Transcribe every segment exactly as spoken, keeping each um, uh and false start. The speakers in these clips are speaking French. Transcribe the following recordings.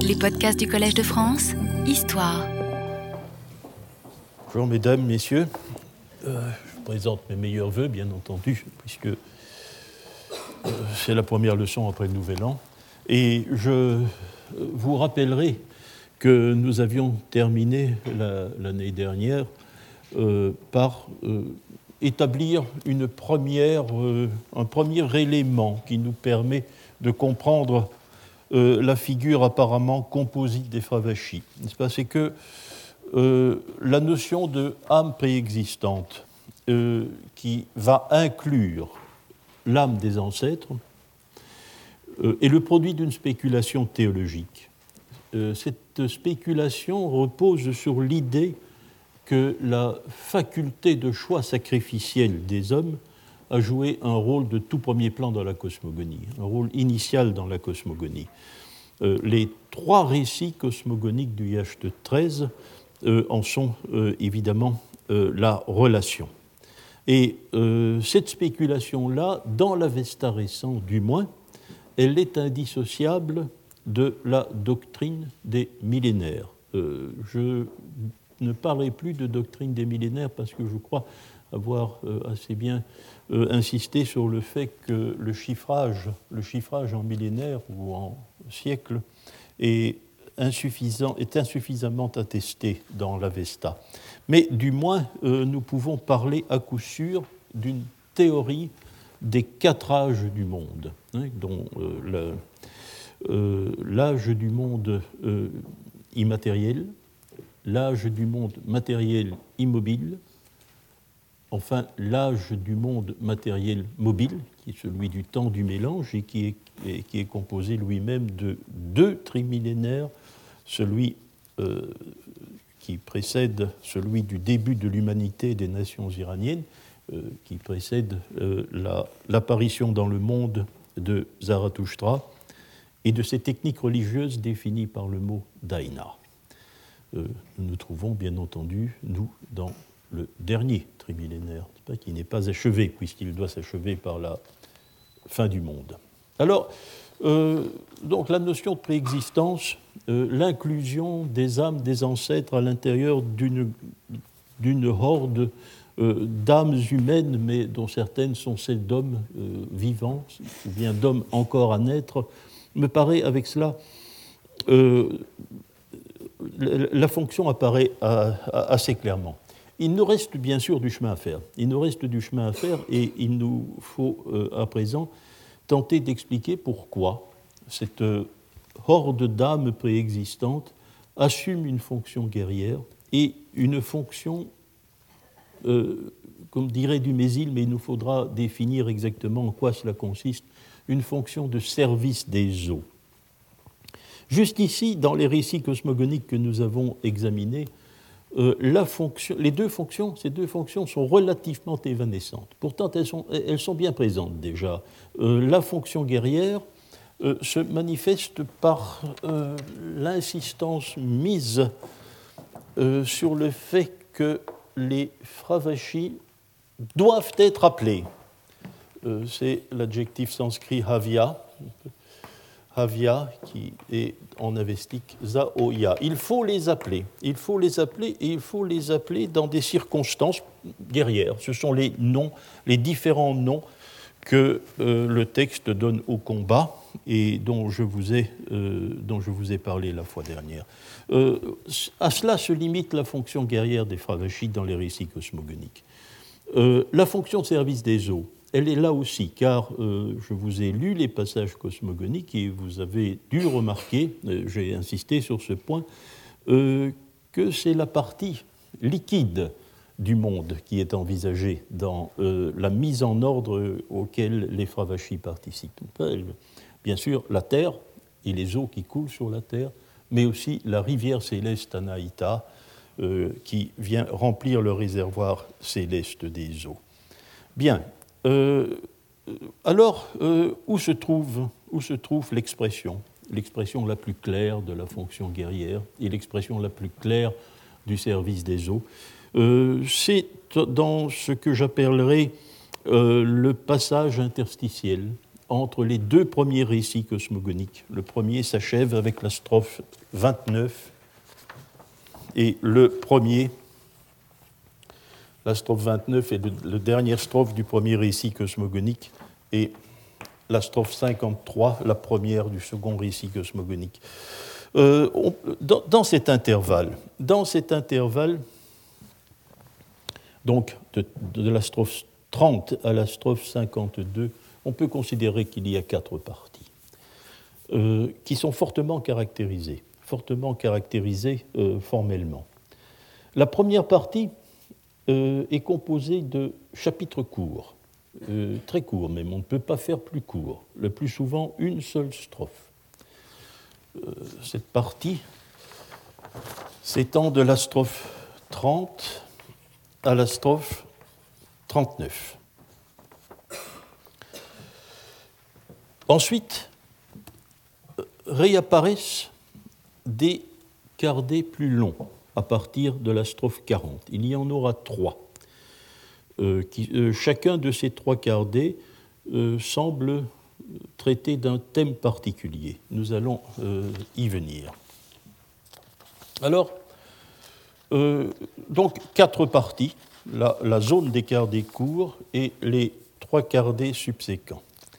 Les podcasts du Collège de France, Histoire. Bonjour mesdames, messieurs. Euh, je présente mes meilleurs vœux, bien entendu, puisque euh, c'est la première leçon après le Nouvel An. Et je vous rappellerai que nous avions terminé la, l'année dernière euh, par euh, établir une première, euh, un premier élément qui nous permet de comprendre euh, la figure apparemment composite des Fravashis. C'est que euh, la notion de âme préexistante euh, qui va inclure l'âme des ancêtres euh, est le produit d'une spéculation théologique. Euh, cette spéculation repose sur l'idée que la faculté de choix sacrificiel des hommes a joué un rôle de tout premier plan dans la cosmogonie, un rôle initial dans la cosmogonie. Euh, les trois récits cosmogoniques du Yacht treize euh, en sont euh, évidemment euh, la relation. Et euh, cette spéculation-là, dans l'Avesta récent du moins, elle est indissociable de la doctrine des millénaires. Euh, je ne parlerai plus de doctrine des millénaires parce que je crois avoir euh, assez bien euh, insisté sur le fait que le chiffrage, le chiffrage en millénaire ou en siècle est, insuffisant, est insuffisamment attesté dans l'Avesta. Mais du moins, euh, nous pouvons parler à coup sûr d'une théorie des quatre âges du monde, hein, dont euh, le, euh, l'âge du monde euh, immatériel, l'âge du monde matériel immobile, enfin l'âge du monde matériel mobile, qui est celui du temps du mélange et qui est, et qui est composé lui-même de deux trimillénaires, celui euh, qui précède celui du début de l'humanité des nations iraniennes, euh, qui précède euh, la, l'apparition dans le monde de Zarathustra et de ces techniques religieuses définies par le mot daïna. Euh, nous nous trouvons bien entendu, nous, dans le dernier trimillénaire, qui n'est pas achevé, puisqu'il doit s'achever par la fin du monde. Alors, euh, donc la notion de préexistence, euh, l'inclusion des âmes des ancêtres à l'intérieur d'une, d'une horde euh, d'âmes humaines, mais dont certaines sont celles d'hommes euh, vivants, ou bien d'hommes encore à naître, me paraît avec cela... Euh, la fonction apparaît assez clairement. Il nous reste bien sûr du chemin à faire. Il nous reste du chemin à faire et il nous faut à présent tenter d'expliquer pourquoi cette horde d'âmes préexistantes assume une fonction guerrière et une fonction, euh, comme dirait Dumézil, mais il nous faudra définir exactement en quoi cela consiste, une fonction de service des eaux. Jusqu'ici, dans les récits cosmogoniques que nous avons examinés, euh, la fonction, les deux fonctions, ces deux fonctions sont relativement évanescentes. Pourtant, elles sont, elles sont bien présentes déjà. Euh, la fonction guerrière euh, se manifeste par euh, l'insistance mise euh, sur le fait que les Fravashis doivent être appelés. Euh, c'est l'adjectif sanskrit havya. Havya, qui est en avestique Zaoya. Il faut les appeler. Il faut les appeler et il faut les appeler dans des circonstances guerrières. Ce sont les noms, les différents noms que euh, le texte donne au combat et dont je vous ai, euh, dont je vous ai parlé la fois dernière. Euh, à cela se limite la fonction guerrière des Fravashis dans les récits cosmogoniques. Euh, la fonction de service des eaux, elle est là aussi, car euh, je vous ai lu les passages cosmogoniques et vous avez dû remarquer, euh, j'ai insisté sur ce point, euh, que c'est la partie liquide du monde qui est envisagée dans euh, la mise en ordre auquel les Fravashis participent. Bien sûr, la terre et les eaux qui coulent sur la terre, mais aussi la rivière céleste Anaïta euh, qui vient remplir le réservoir céleste des eaux. Bien. Euh, alors, euh, où se trouve, où se trouve l'expression, l'expression la plus claire de la fonction guerrière et l'expression la plus claire du service des eaux? euh, C'est dans ce que j'appellerai euh, le passage interstitiel entre les deux premiers récits cosmogoniques. Le premier s'achève avec la strophe vingt-neuf, et le premier, la strophe vingt-neuf est la dernière strophe du premier récit cosmogonique, et la strophe cinquante-trois, la première du second récit cosmogonique. Euh, on, dans, dans cet intervalle, dans cet intervalle, donc de, de la strophe trente à la strophe cinquante-deux, on peut considérer qu'il y a quatre parties euh, qui sont fortement caractérisées, fortement caractérisées euh, formellement. La première partie euh, est composée de chapitres courts, euh, très courts même, on ne peut pas faire plus court, le plus souvent une seule strophe. Euh, cette partie s'étend de la strophe trente à la strophe trente-neuf. Ensuite, réapparaissent des quardets plus longs à partir de la strophe quarante. Il y en aura trois. Euh, qui, euh, chacun de ces trois quardets euh, semble traiter d'un thème particulier. Nous allons euh, y venir. Alors, euh, donc quatre parties, la, la zone des quardets courts et les trois quardets subséquents.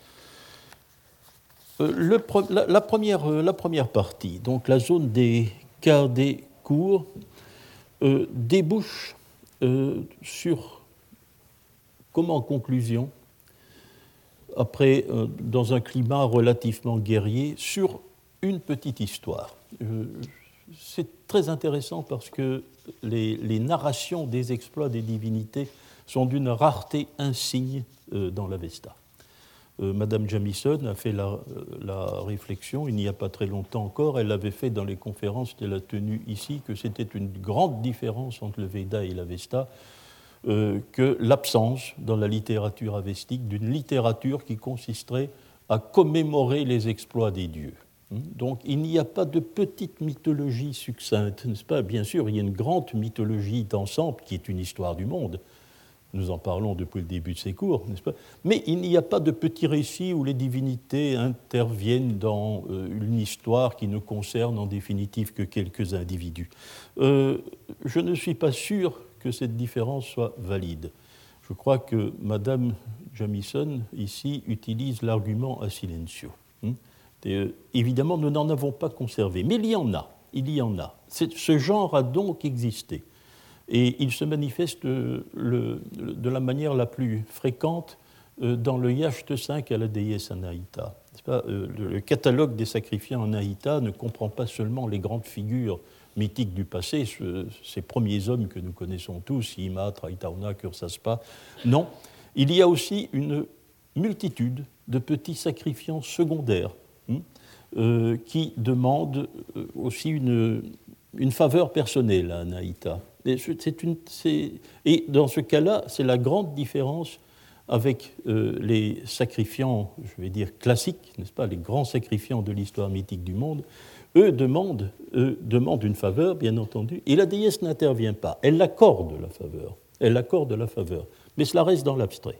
Euh, le, la, la, première, la première partie, donc la zone des quardets courts, euh, débouche euh, sur, comme en conclusion, après, euh, dans un climat relativement guerrier, sur une petite histoire. Euh, c'est très intéressant parce que les, les narrations des exploits des divinités sont d'une rareté insigne euh, dans l'Avesta. Euh, Madame Jamieson a fait la, la réflexion, il n'y a pas très longtemps encore, elle l'avait fait dans les conférences qu'elle a tenues ici, que c'était une grande différence entre le Veda et l'Avesta, euh, que l'absence dans la littérature avestique d'une littérature qui consisterait à commémorer les exploits des dieux. Donc il n'y a pas de petite mythologie succincte, n'est-ce pas? Bien sûr, il y a une grande mythologie d'ensemble qui est une histoire du monde. Nous en parlons depuis le début de ces cours, n'est-ce pas? Mais il n'y a pas de petits récits où les divinités interviennent dans euh, une histoire qui ne concerne en définitive que quelques individus. Euh, je ne suis pas sûr que cette différence soit valide. Je crois que Madame Jamieson, ici, utilise l'argument a silencio. Hein? Et, euh, évidemment, nous n'en avons pas conservé, mais il y en a, il y en a. C'est, ce genre a donc existé. Et il se manifeste le, le, de la manière la plus fréquente euh, dans le Yacht cinq à la déesse Anaïta. Pas, euh, le, le catalogue des sacrifiants Anaïta ne comprend pas seulement les grandes figures mythiques du passé, ce, ces premiers hommes que nous connaissons tous, Ima, Traitauna, Kursaspa. Non, il y a aussi une multitude de petits sacrifiants secondaires hein, euh, qui demandent aussi une, une faveur personnelle à Anaïta. Et, c'est une, c'est, et dans ce cas-là, c'est la grande différence avec euh, les sacrifiants, je vais dire classiques, n'est-ce pas, les grands sacrifiants de l'histoire mythique du monde. Eux demandent, eux demandent une faveur, bien entendu, et la déesse n'intervient pas. Elle accorde la faveur, elle accorde la faveur, mais cela reste dans l'abstrait.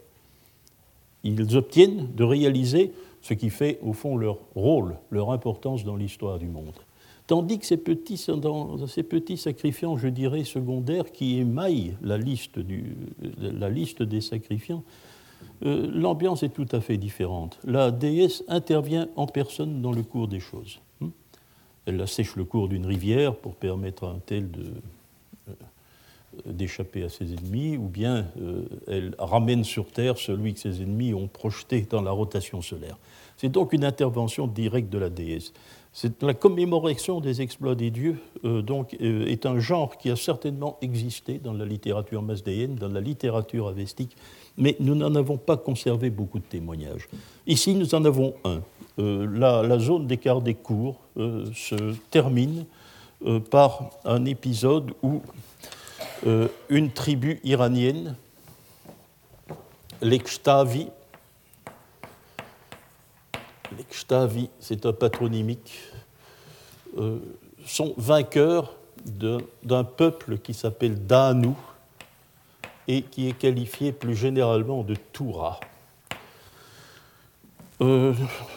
Ils obtiennent de réaliser ce qui fait, au fond, leur rôle, leur importance dans l'histoire du monde. Tandis que ces petits, dans ces petits sacrifiants, je dirais, secondaires, qui émaillent la liste, du, la liste des sacrifiants, euh, l'ambiance est tout à fait différente. La déesse intervient en personne dans le cours des choses. Elle assèche le cours d'une rivière pour permettre à un tel de, euh, d'échapper à ses ennemis, ou bien euh, elle ramène sur Terre celui que ses ennemis ont projeté dans la rotation solaire. C'est donc une intervention directe de la déesse. C'est la commémoration des exploits des dieux euh, donc, euh, est un genre qui a certainement existé dans la littérature masdéenne, dans la littérature avestique, mais nous n'en avons pas conservé beaucoup de témoignages. Ici, nous en avons un. Euh, la, la zone des quardets courts euh, se termine euh, par un épisode où euh, une tribu iranienne, les Kshtavi, les Kshtavi, c'est un patronymique, euh, sont vainqueurs de, d'un peuple qui s'appelle Danu et qui est qualifié plus généralement de Toura. Euh,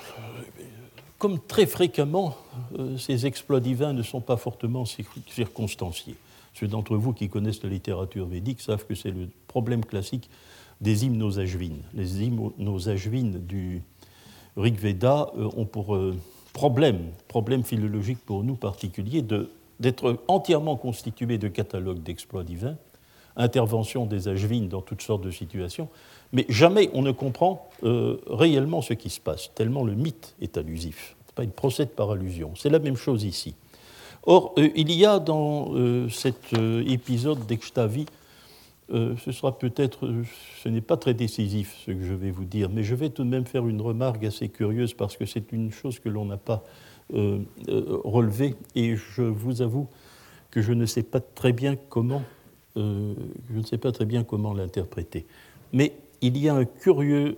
comme très fréquemment, euh, ces exploits divins ne sont pas fortement circonstanciés. Ceux d'entre vous qui connaissent la littérature védique savent que c'est le problème classique des hymnes aux Ashvin. Les hymnes aux Ashvin du Rig Veda euh, ont pour euh, problème, problème philologique pour nous particulier, de, d'être entièrement constitués de catalogues d'exploits divins, intervention des Ashvin dans toutes sortes de situations, mais jamais on ne comprend euh, réellement ce qui se passe, tellement le mythe est allusif. C'est pas, il procède par allusion. C'est la même chose ici. Or, euh, il y a dans euh, cet euh, épisode d'Ekshtavi, euh, ce sera peut-être, euh, ce n'est pas très décisif ce que je vais vous dire, mais je vais tout de même faire une remarque assez curieuse parce que c'est une chose que l'on n'a pas euh, euh, relevée et je vous avoue que je ne sais pas très bien comment, euh, je ne sais pas très bien comment l'interpréter. Mais il y a un curieux,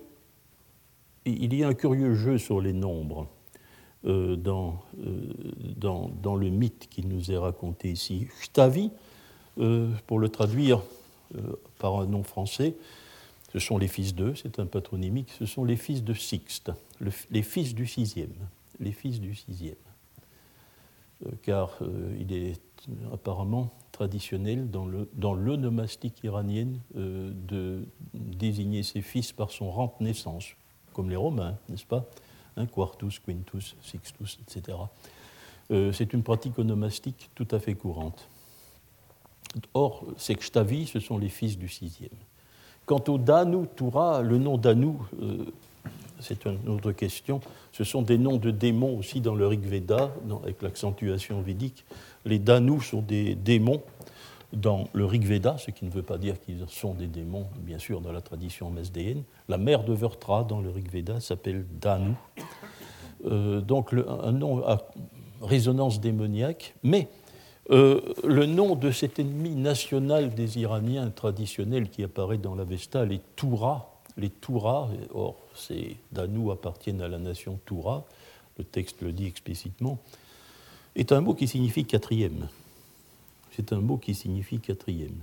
il y a un curieux jeu sur les nombres. Euh, dans, euh, dans, dans le mythe qui nous est raconté ici. Shtavi, euh, pour le traduire euh, par un nom français, ce sont les fils d'eux, c'est un patronymique, ce sont les fils de Sixte, le, les fils du sixième, les fils du sixième. Euh, car euh, il est apparemment traditionnel dans, le, dans l'onomastique iranienne euh, de désigner ses fils par son rang de naissance, comme les Romains, n'est-ce pas ? Hein, quartus, quintus, sixtus, et cetera. Euh, c'est une pratique onomastique tout à fait courante. Or, ces Kshtavi, ce sont les fils du sixième. Quant au Danu, Tura, le nom Danu, euh, c'est une autre question. Ce sont des noms de démons aussi dans le Rig Veda, dans, avec l'accentuation védique. Les Danu sont des démons dans le Rig Veda, ce qui ne veut pas dire qu'ils sont des démons, bien sûr, dans la tradition masdéenne. La mère de Vrtra, dans le Rig Veda, s'appelle Danu. Euh, donc, le, un nom à résonance démoniaque, mais euh, le nom de cet ennemi national des Iraniens traditionnels qui apparaît dans l'Avesta, les Touras, les Touras, or, ces Danu appartiennent à la nation Toura, le texte le dit explicitement, est un mot qui signifie quatrième. C'est un mot qui signifie quatrième.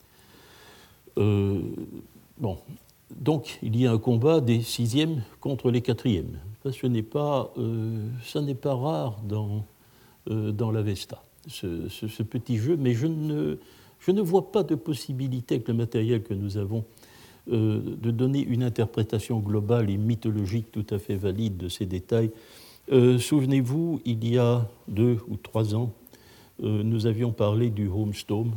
Euh, bon, donc il y a un combat des sixièmes contre les quatrièmes. Ça, ce n'est pas, euh, ça n'est pas rare dans, euh, dans l'Avesta, ce, ce, ce petit jeu, mais je ne, je ne vois pas de possibilité avec le matériel que nous avons euh, de donner une interprétation globale et mythologique tout à fait valide de ces détails. Euh, souvenez-vous, il y a deux ou trois ans, Euh, nous avions parlé du Homestome,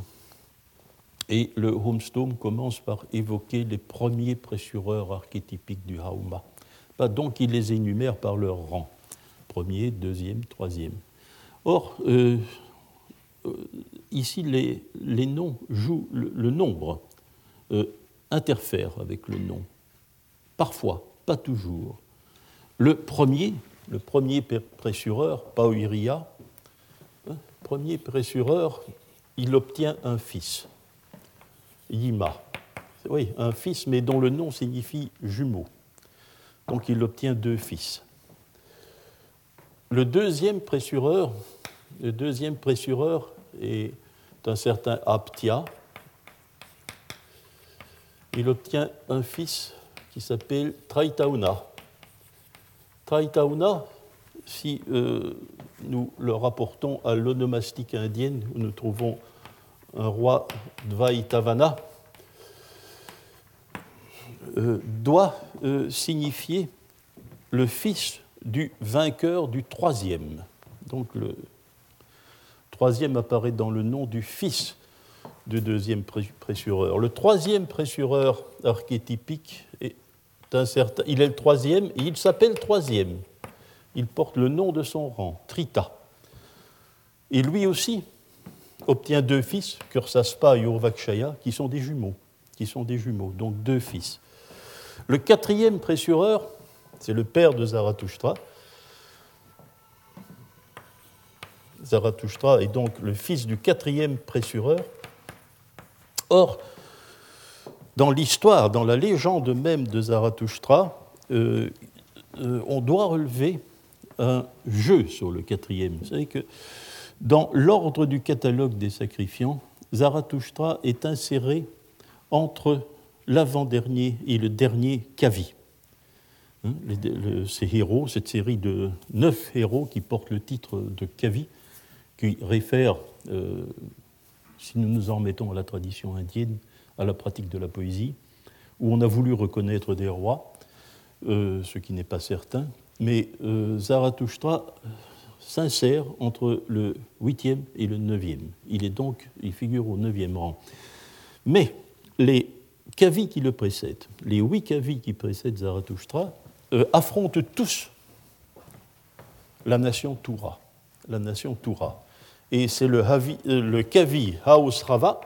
et le Homestome commence par évoquer les premiers pressureurs archétypiques du Hauma. Donc il les énumère par leur rang, premier, deuxième, troisième. Or, euh, euh, ici, les, les noms jouent, le, le nombre euh, interfère avec le nom, parfois, pas toujours. Le premier, le premier pressureur, Pauiria, premier pressureur, il obtient un fils, Yima. Oui, un fils, mais dont le nom signifie jumeau. Donc il obtient deux fils. Le deuxième pressureur, le deuxième pressureur est un certain Aptia. Il obtient un fils qui s'appelle Traitauna. Traitauna, si euh, nous le rapportons à l'onomastique indienne, où nous trouvons un roi Dvaitavana, euh, doit euh, signifier le fils du vainqueur du troisième. Donc le troisième apparaît dans le nom du fils du deuxième pressureur. Le troisième pressureur archétypique est un certain, il est le troisième et il s'appelle troisième. Il porte le nom de son rang, Trita. Et lui aussi obtient deux fils, Kursaspa et Urvakshaya, qui sont des jumeaux, qui sont des jumeaux, donc deux fils. Le quatrième pressureur, c'est le père de Zarathustra. Zarathustra est donc le fils du quatrième pressureur. Or, dans l'histoire, dans la légende même de Zarathustra, euh, euh, on doit relever un jeu sur le quatrième. Vous savez que dans l'ordre du catalogue des sacrifiants, Zarathustra est inséré entre l'avant-dernier et le dernier Kavi. hein, les, les, ces héros, cette série de neuf héros qui portent le titre de Kavi, qui réfère, euh, si nous nous en remettons à la tradition indienne, à la pratique de la poésie, où on a voulu reconnaître des rois, euh, ce qui n'est pas certain, mais euh, Zarathustra s'insère entre le huitième et le neuvième. Il est donc, il figure au neuvième rang. Mais les Kavis qui le précèdent, les huit Kavis qui précèdent Zarathustra, euh, affrontent tous la nation Toura, la nation Toura. Et c'est le, Havi, euh, le Kavi Haosrava,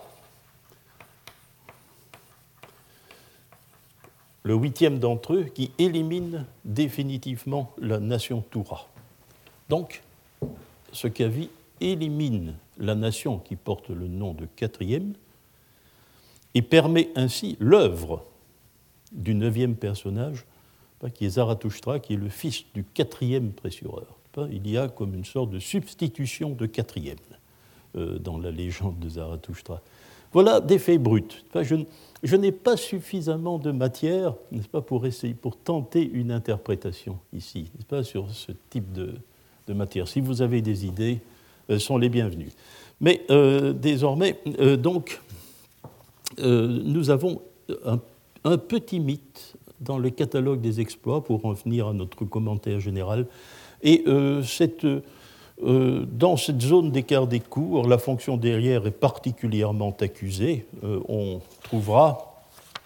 le huitième d'entre eux, qui élimine définitivement la nation Toura. Donc, ce Kavi élimine la nation qui porte le nom de quatrième et permet ainsi l'œuvre du neuvième personnage, qui est Zarathustra, qui est le fils du quatrième pressureur. Il y a comme une sorte de substitution de quatrième dans la légende de Zarathustra. Voilà des faits bruts. Je, je n'ai pas suffisamment de matière, n'est-ce pas, pour essayer, pour tenter une interprétation ici, n'est-ce pas, sur ce type de, de matière. Si vous avez des idées, euh, sont les bienvenus. Mais euh, désormais, euh, donc, euh, nous avons un, un petit mythe dans le catalogue des exploits pour en venir à notre commentaire général. Et euh, cette Euh, dans cette zone d'écart des cours, la fonction derrière est particulièrement accusée. Euh, on trouvera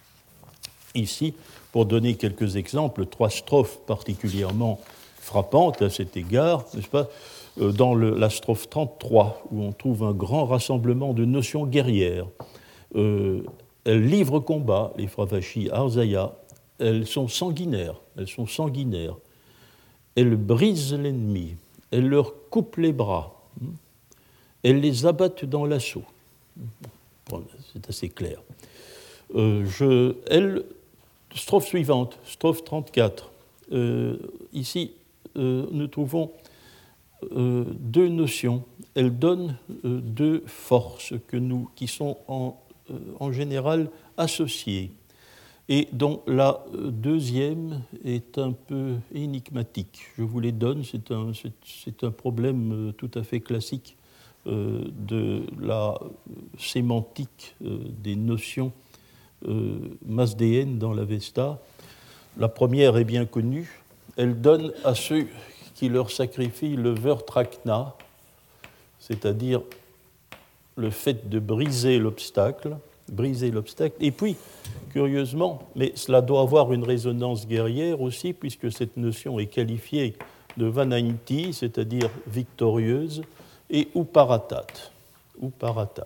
ici, pour donner quelques exemples, trois strophes particulièrement frappantes à cet égard, n'est-ce pas, euh, dans le, la strophe trente-trois, où on trouve un grand rassemblement de notions guerrières. Euh, elles livrent combat, les Fravashis, Arzaya, elles sont sanguinaires, elles sont sanguinaires. Elles brisent l'ennemi. Elles leur coupent les bras, elles les abattent dans l'assaut. Bon, c'est assez clair. Euh, je, elle, strophe suivante, strophe trente-quatre. Euh, ici, euh, nous trouvons euh, deux notions. Elles donnent euh, deux forces que nous, qui sont en, euh, en général associées, et dont la deuxième est un peu énigmatique. Je vous les donne, c'est un, c'est, c'est un problème tout à fait classique euh, de la sémantique euh, des notions euh, masdéennes dans l'Avesta. La première est bien connue, elle donne à ceux qui leur sacrifient le vertrakna, c'est-à-dire le fait de briser l'obstacle, briser l'obstacle, et puis, curieusement, mais cela doit avoir une résonance guerrière aussi, puisque cette notion est qualifiée de Vanainti, c'est-à-dire victorieuse, et Uparatat. Uparatat.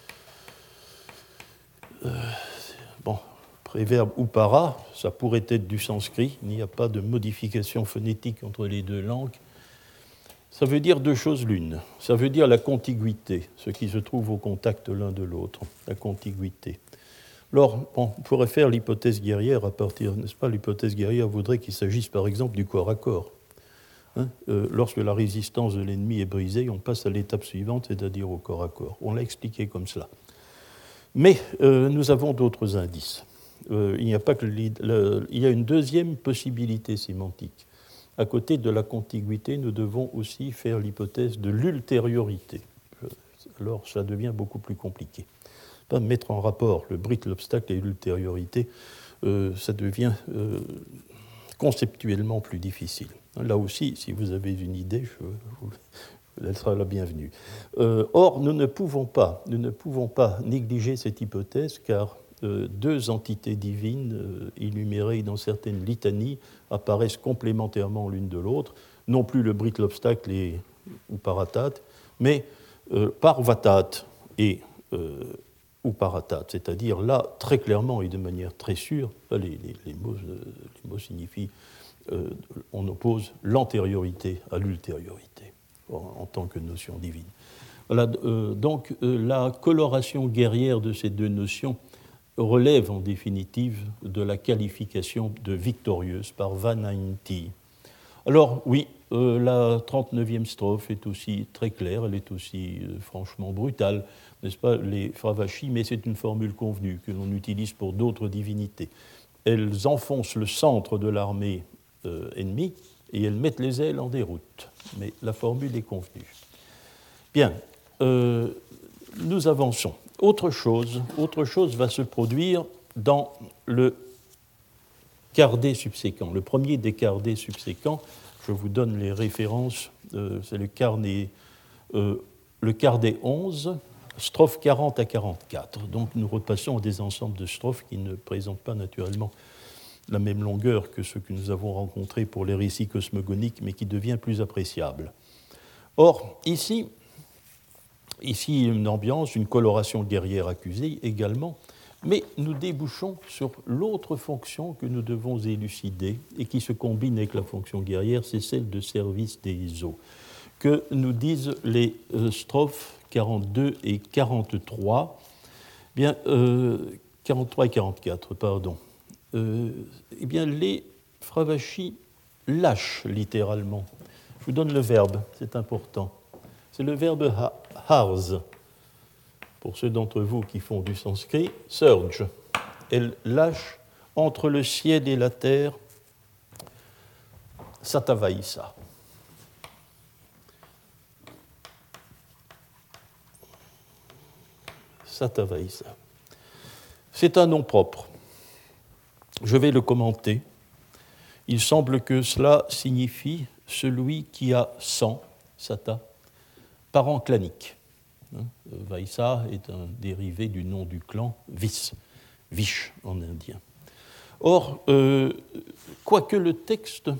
Euh, bon, préverbe Upara, ça pourrait être du sanskrit, il n'y a pas de modification phonétique entre les deux langues. Ça veut dire deux choses l'une. Ça veut dire la contiguïté, ce qui se trouve au contact l'un de l'autre, la contiguïté. Alors, on pourrait faire l'hypothèse guerrière à partir, n'est-ce pas, l'hypothèse guerrière voudrait qu'il s'agisse par exemple du corps à corps. Hein, euh, lorsque la résistance de l'ennemi est brisée, on passe à l'étape suivante, c'est-à-dire au corps à corps. On l'a expliqué comme cela. Mais euh, nous avons d'autres indices. Euh, il n'y a pas que le, le, il y a une deuxième possibilité sémantique. À côté de la contiguïté, nous devons aussi faire l'hypothèse de l'ultériorité. Alors, ça devient beaucoup plus compliqué. Pas mettre en rapport le brit, l'obstacle et l'ultériorité, euh, ça devient euh, conceptuellement plus difficile. Là aussi, si vous avez une idée, je, vous, elle sera la bienvenue. Euh, or, nous ne pouvons pas, nous ne pouvons pas négliger cette hypothèse, car euh, deux entités divines euh, énumérées dans certaines litanies apparaissent complémentairement l'une de l'autre, non plus le brit, l'obstacle et Uparatat, mais euh, Parvatat et euh, Uparatat, c'est-à-dire là, très clairement et de manière très sûre, les, les, les, mots, les mots signifient, euh, on oppose l'antériorité à l'ultériorité en, en tant que notion divine. Voilà, euh, donc euh, la coloration guerrière de ces deux notions relève en définitive de la qualification de victorieuse par Vanainti. Alors oui, euh, la trente-neuvième strophe est aussi très claire, elle est aussi euh, franchement brutale, n'est-ce pas, les Fravashis, mais c'est une formule convenue que l'on utilise pour d'autres divinités. Elles enfoncent le centre de l'armée euh, ennemi et elles mettent les ailes en déroute. Mais la formule est convenue. Bien, euh, nous avançons. Autre chose, autre chose va se produire dans le cardet subséquent. Le premier des cardets subséquents, je vous donne les références, euh, c'est le carnet, euh, le cardet onze, strophes quarante à quarante-quatre. Donc nous repassons à des ensembles de strophes qui ne présentent pas naturellement la même longueur que ceux que nous avons rencontrés pour les récits cosmogoniques, mais qui devient plus appréciable. Or, ici, ici une ambiance, une coloration guerrière accusée également, mais nous débouchons sur l'autre fonction que nous devons élucider et qui se combine avec la fonction guerrière, c'est celle de service des eaux, que nous disent les euh, strophes quarante-deux et quarante-trois, bien, euh, quarante-trois et quarante-quatre, pardon. Euh, eh bien, les Fravachis lâchent littéralement. Je vous donne le verbe, c'est important. C'est le verbe harz. Pour ceux d'entre vous qui font du sanskrit, surge. Elle lâche entre le ciel et la terre, satavaïsa. Satavaïsa. C'est un nom propre. Je vais le commenter. Il semble que cela signifie celui qui a cent, sata, parents claniques. Vaïsa est un dérivé du nom du clan Vis, Vish en indien. Or, euh, quoique le texte,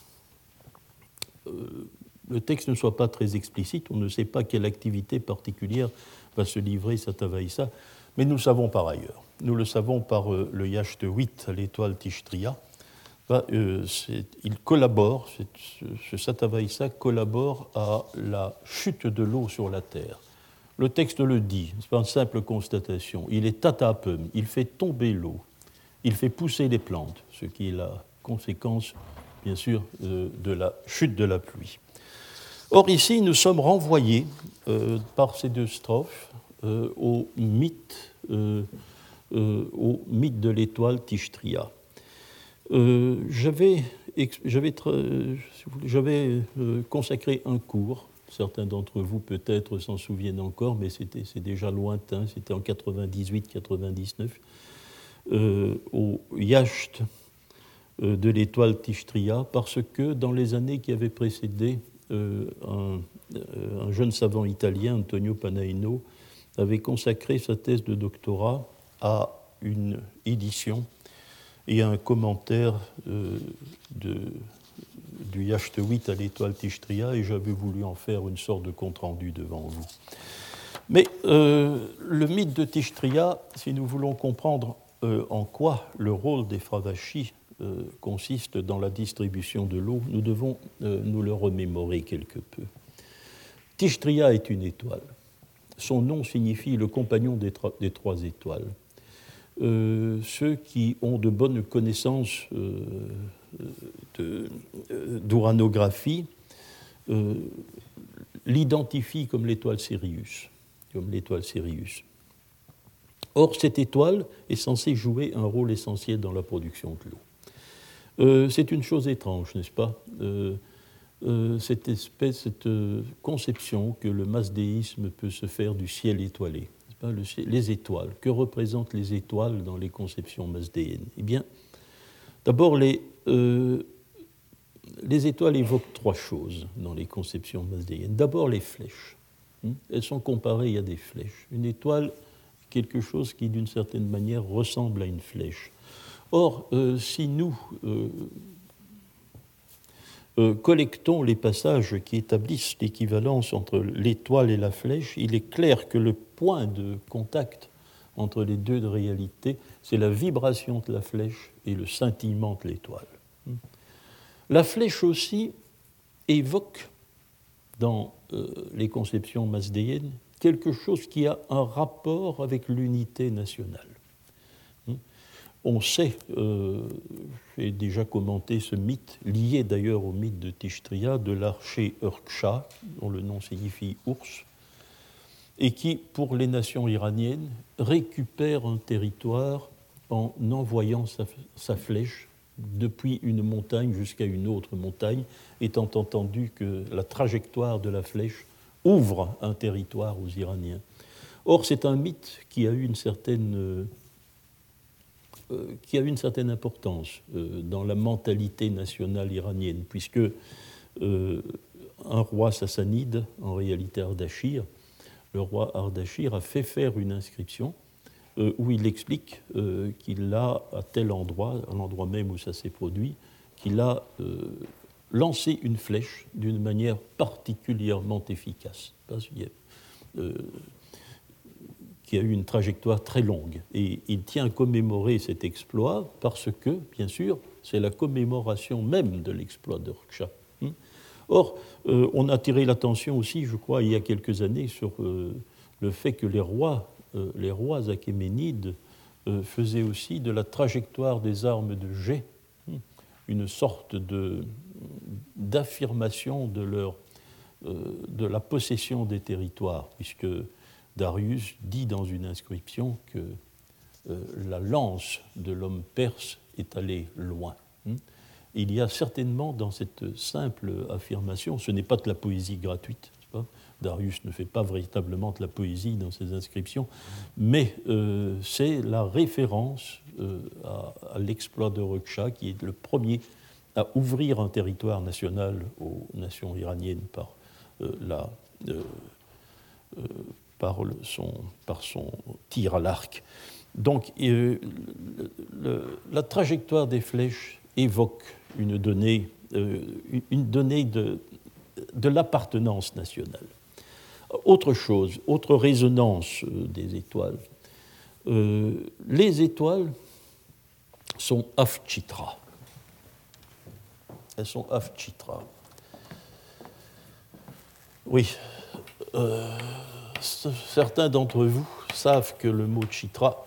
euh, le texte ne soit pas très explicite, on ne sait pas quelle activité particulière va se livrer Satavaïsa, mais nous le savons par ailleurs. Nous le savons par euh, le Yacht huit à l'étoile Tishtria. Bah, euh, il collabore, ce, ce Satavaïsa collabore à la chute de l'eau sur la terre. Le texte le dit, ce n'est pas une simple constatation. Il est tatapum, il fait tomber l'eau, il fait pousser les plantes, ce qui est la conséquence, bien sûr, de, de la chute de la pluie. Or, ici, nous sommes renvoyés euh, par ces deux strophes euh, au mythe, euh, euh, au mythe de l'étoile Tishtria. Euh, j'avais, j'avais, j'avais euh, consacré un cours. Certains d'entre vous peut-être s'en souviennent encore, mais c'était, c'est déjà lointain, c'était en quatre-vingt-dix-huit quatre-vingt-dix-neuf, euh, au Yacht euh, de l'étoile Tishtria, parce que dans les années qui avaient précédé, euh, un, euh, un jeune savant italien, Antonio Panaino, avait consacré sa thèse de doctorat à une édition et à un commentaire euh, de... du Yacht huit à l'étoile Tishtria, et j'avais voulu en faire une sorte de compte-rendu devant vous. Mais euh, le mythe de Tishtria, si nous voulons comprendre euh, en quoi le rôle des Fravachis euh, consiste dans la distribution de l'eau, nous devons euh, nous le remémorer quelque peu. Tishtria est une étoile. Son nom signifie le compagnon des, tra- des trois étoiles. Euh, ceux qui ont de bonnes connaissances euh, de, euh, d'uranographie euh, l'identifient comme l'étoile Sirius, comme l'étoile Sirius. Or, cette étoile est censée jouer un rôle essentiel dans la production de l'eau. Euh, c'est une chose étrange, n'est-ce pas, euh, euh, cette espèce, cette euh, conception que le masdéisme peut se faire du ciel étoilé. Le, les étoiles. Que représentent les étoiles dans les conceptions masdéennes? Eh bien, d'abord, les, euh, les étoiles évoquent trois choses dans les conceptions masdéennes. D'abord, les flèches. Elles sont comparées à des flèches. Une étoile, quelque chose qui, d'une certaine manière, ressemble à une flèche. Or, euh, si nous euh, euh, collectons les passages qui établissent l'équivalence entre l'étoile et la flèche, il est clair que le point de contact entre les deux de réalité, c'est la vibration de la flèche et le scintillement de l'étoile. La flèche aussi évoque, dans euh, les conceptions masdéennes, quelque chose qui a un rapport avec l'unité nationale. On sait, euh, j'ai déjà commenté ce mythe, lié d'ailleurs au mythe de Tishtria, de l'archer Urksha, dont le nom signifie ours, et qui, pour les nations iraniennes, récupère un territoire en envoyant sa, sa flèche depuis une montagne jusqu'à une autre montagne, étant entendu que la trajectoire de la flèche ouvre un territoire aux Iraniens. Or, c'est un mythe qui a eu une certaine, euh, qui a eu une certaine importance euh, dans la mentalité nationale iranienne, puisque euh, un roi sassanide, en réalité Ardashir, le roi Ardashir a fait faire une inscription euh, où il explique euh, qu'il a, à tel endroit, à l'endroit même où ça s'est produit, qu'il a euh, lancé une flèche d'une manière particulièrement efficace, parce qu'il y a, euh, qui a eu une trajectoire très longue. Et il tient à commémorer cet exploit parce que, bien sûr, c'est la commémoration même de l'exploit de Rksha. Or, euh, on a attiré l'attention aussi, je crois, il y a quelques années, sur euh, le fait que les rois, euh, les rois achéménides euh, faisaient aussi de la trajectoire des armes de jet une sorte de, d'affirmation de, leur, euh, de la possession des territoires, puisque Darius dit dans une inscription que euh, la lance de l'homme perse est allée loin. Il y a certainement dans cette simple affirmation, ce n'est pas de la poésie gratuite, pas Darius ne fait pas véritablement de la poésie dans ses inscriptions, mais euh, c'est la référence euh, à, à l'exploit de Rksha qui est le premier à ouvrir un territoire national aux nations iraniennes par, euh, la, euh, euh, par, le, son, par son tir à l'arc. Donc euh, le, le, la trajectoire des flèches évoque une donnée, euh, une donnée de, de l'appartenance nationale. Autre chose, autre résonance euh, des étoiles. Euh, les étoiles sont avchitra. Elles sont avchitra. Oui, euh, certains d'entre vous savent que le mot chitra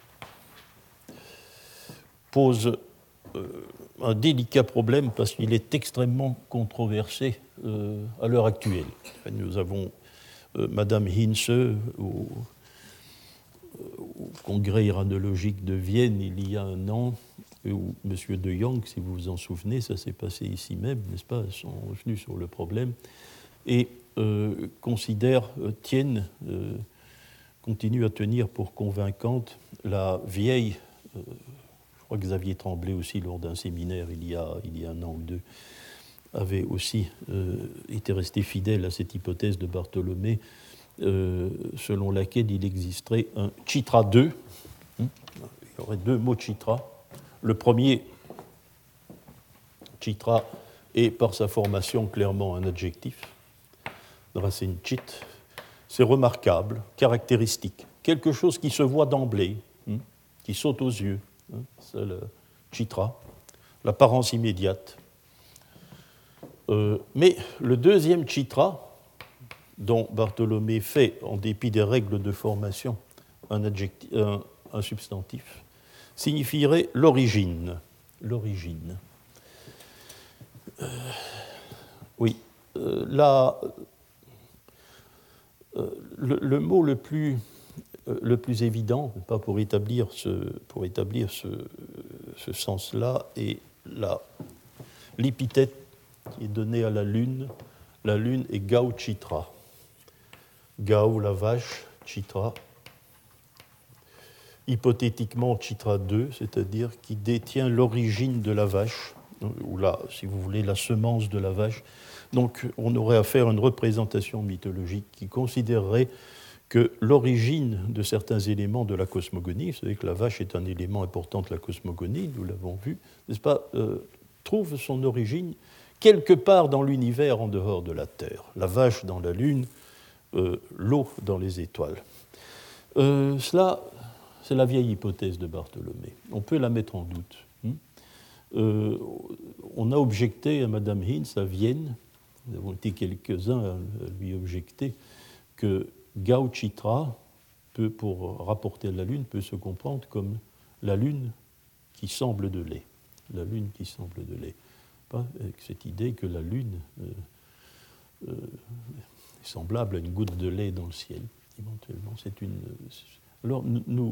pose euh, un délicat problème parce qu'il est extrêmement controversé euh, à l'heure actuelle. Nous avons euh, Madame Hinze au, au congrès iranologique de Vienne il y a un an, où M. de Jong, si vous vous en souvenez, ça s'est passé ici même, n'est-ce pas, sont revenus sur le problème, et euh, considèrent, euh, tiennent, euh, continuent à tenir pour convaincante la vieille, euh, je crois que Xavier Tremblay aussi, lors d'un séminaire il y a, il y a un an ou deux, avait aussi euh, été resté fidèle à cette hypothèse de Bartholomé, euh, selon laquelle il existerait un chitra deux, il y aurait deux mots chitra. Le premier, chitra, est par sa formation clairement un adjectif. Racine chit, c'est remarquable, caractéristique, quelque chose qui se voit d'emblée, hein, qui saute aux yeux. Hein, c'est le chitra, l'apparence immédiate. Euh, mais le deuxième chitra, dont Bartholomé fait, en dépit des règles de formation, un, adjectif, un, un substantif, signifierait l'origine. L'origine. Euh, oui, euh, la, euh, le, le mot le plus, euh, le plus évident, pas pour établir ce, pour établir ce, ce sens-là, est la, l'épithète qui est donnée à la lune. La lune est Gau Chitra. Gau, la vache, Chitra. Hypothétiquement Chitra deux, c'est-à-dire qui détient l'origine de la vache, ou là, si vous voulez, la semence de la vache. Donc on aurait à faire une représentation mythologique qui considérerait que l'origine de certains éléments de la cosmogonie, vous savez que la vache est un élément important de la cosmogonie, nous l'avons vu, n'est-ce pas, euh, trouve son origine quelque part dans l'univers en dehors de la Terre. La vache dans la Lune, euh, l'eau dans les étoiles. Euh, cela... C'est la vieille hypothèse de Bartholomé. On peut la mettre en doute. Euh, on a objecté à Madame Hinz à Vienne, nous avons été quelques-uns à lui objecter, que Gau Chitra peut, pour rapporter à la Lune, peut se comprendre comme la Lune qui semble de lait. La Lune qui semble de lait. Pas avec cette idée que la Lune euh, euh, est semblable à une goutte de lait dans le ciel. Éventuellement, c'est une... Alors, nous,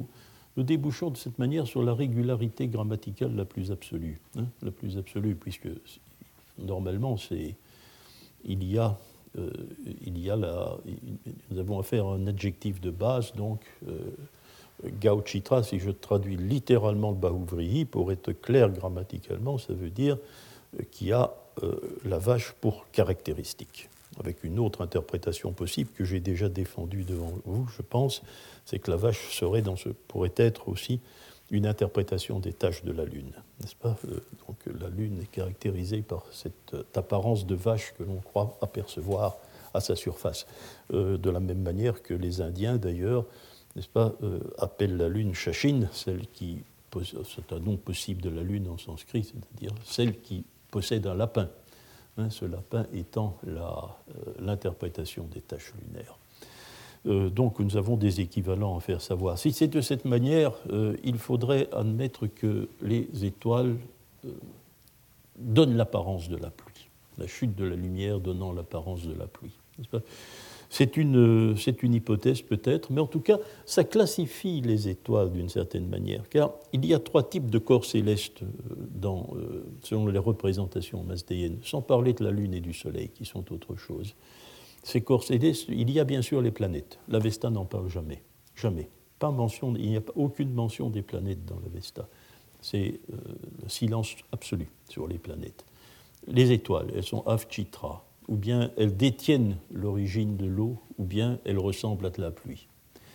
nous débouchons de cette manière sur la régularité grammaticale la plus absolue. Hein, la plus absolue, puisque normalement, c'est, il y a, euh, il y a la, nous avons affaire à un adjectif de base, donc euh, Gauchitra, si je traduis littéralement le Baouvrihi, pour être clair grammaticalement, ça veut dire qu'il y a euh, la vache pour caractéristique. Avec une autre interprétation possible que j'ai déjà défendue devant vous, je pense, c'est que la vache serait dans ce, pourrait être aussi une interprétation des taches de la Lune, n'est-ce pas ? Donc la Lune est caractérisée par cette apparence de vache que l'on croit apercevoir à sa surface, euh, de la même manière que les Indiens, d'ailleurs, n'est-ce pas, euh, appellent la Lune Shashin, celle qui, c'est un nom possible de la Lune en sanskrit, c'est-à-dire celle qui possède un lapin. Hein, ce lapin étant la, euh, l'interprétation des taches lunaires. Euh, donc nous avons des équivalents à faire savoir. Si c'est de cette manière, euh, il faudrait admettre que les étoiles euh, donnent l'apparence de la pluie, la chute de la lumière donnant l'apparence de la pluie. N'est-ce pas ? C'est une, c'est une hypothèse peut-être, mais en tout cas, ça classifie les étoiles d'une certaine manière, car il y a trois types de corps célestes dans, euh, selon les représentations masdéennes, sans parler de la Lune et du Soleil, qui sont autre chose. Ces corps célestes, il y a bien sûr les planètes. L'Avesta n'en parle jamais, jamais. Pas mention, il n'y a aucune mention des planètes dans l'Avesta. C'est euh, le silence absolu sur les planètes. Les étoiles, elles sont Avchitra, ou bien elles détiennent l'origine de l'eau, ou bien elles ressemblent à de la pluie.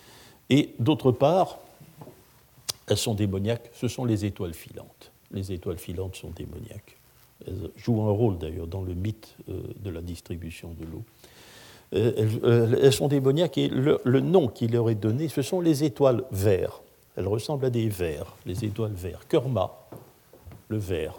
Et d'autre part, elles sont démoniaques, ce sont les étoiles filantes. Les étoiles filantes sont démoniaques. Elles jouent un rôle d'ailleurs dans le mythe euh, de la distribution de l'eau. Euh, elles, euh, elles sont démoniaques et le, le nom qui leur est donné, ce sont les étoiles verts. Elles ressemblent à des vers, les étoiles verts. Kurma, le vert.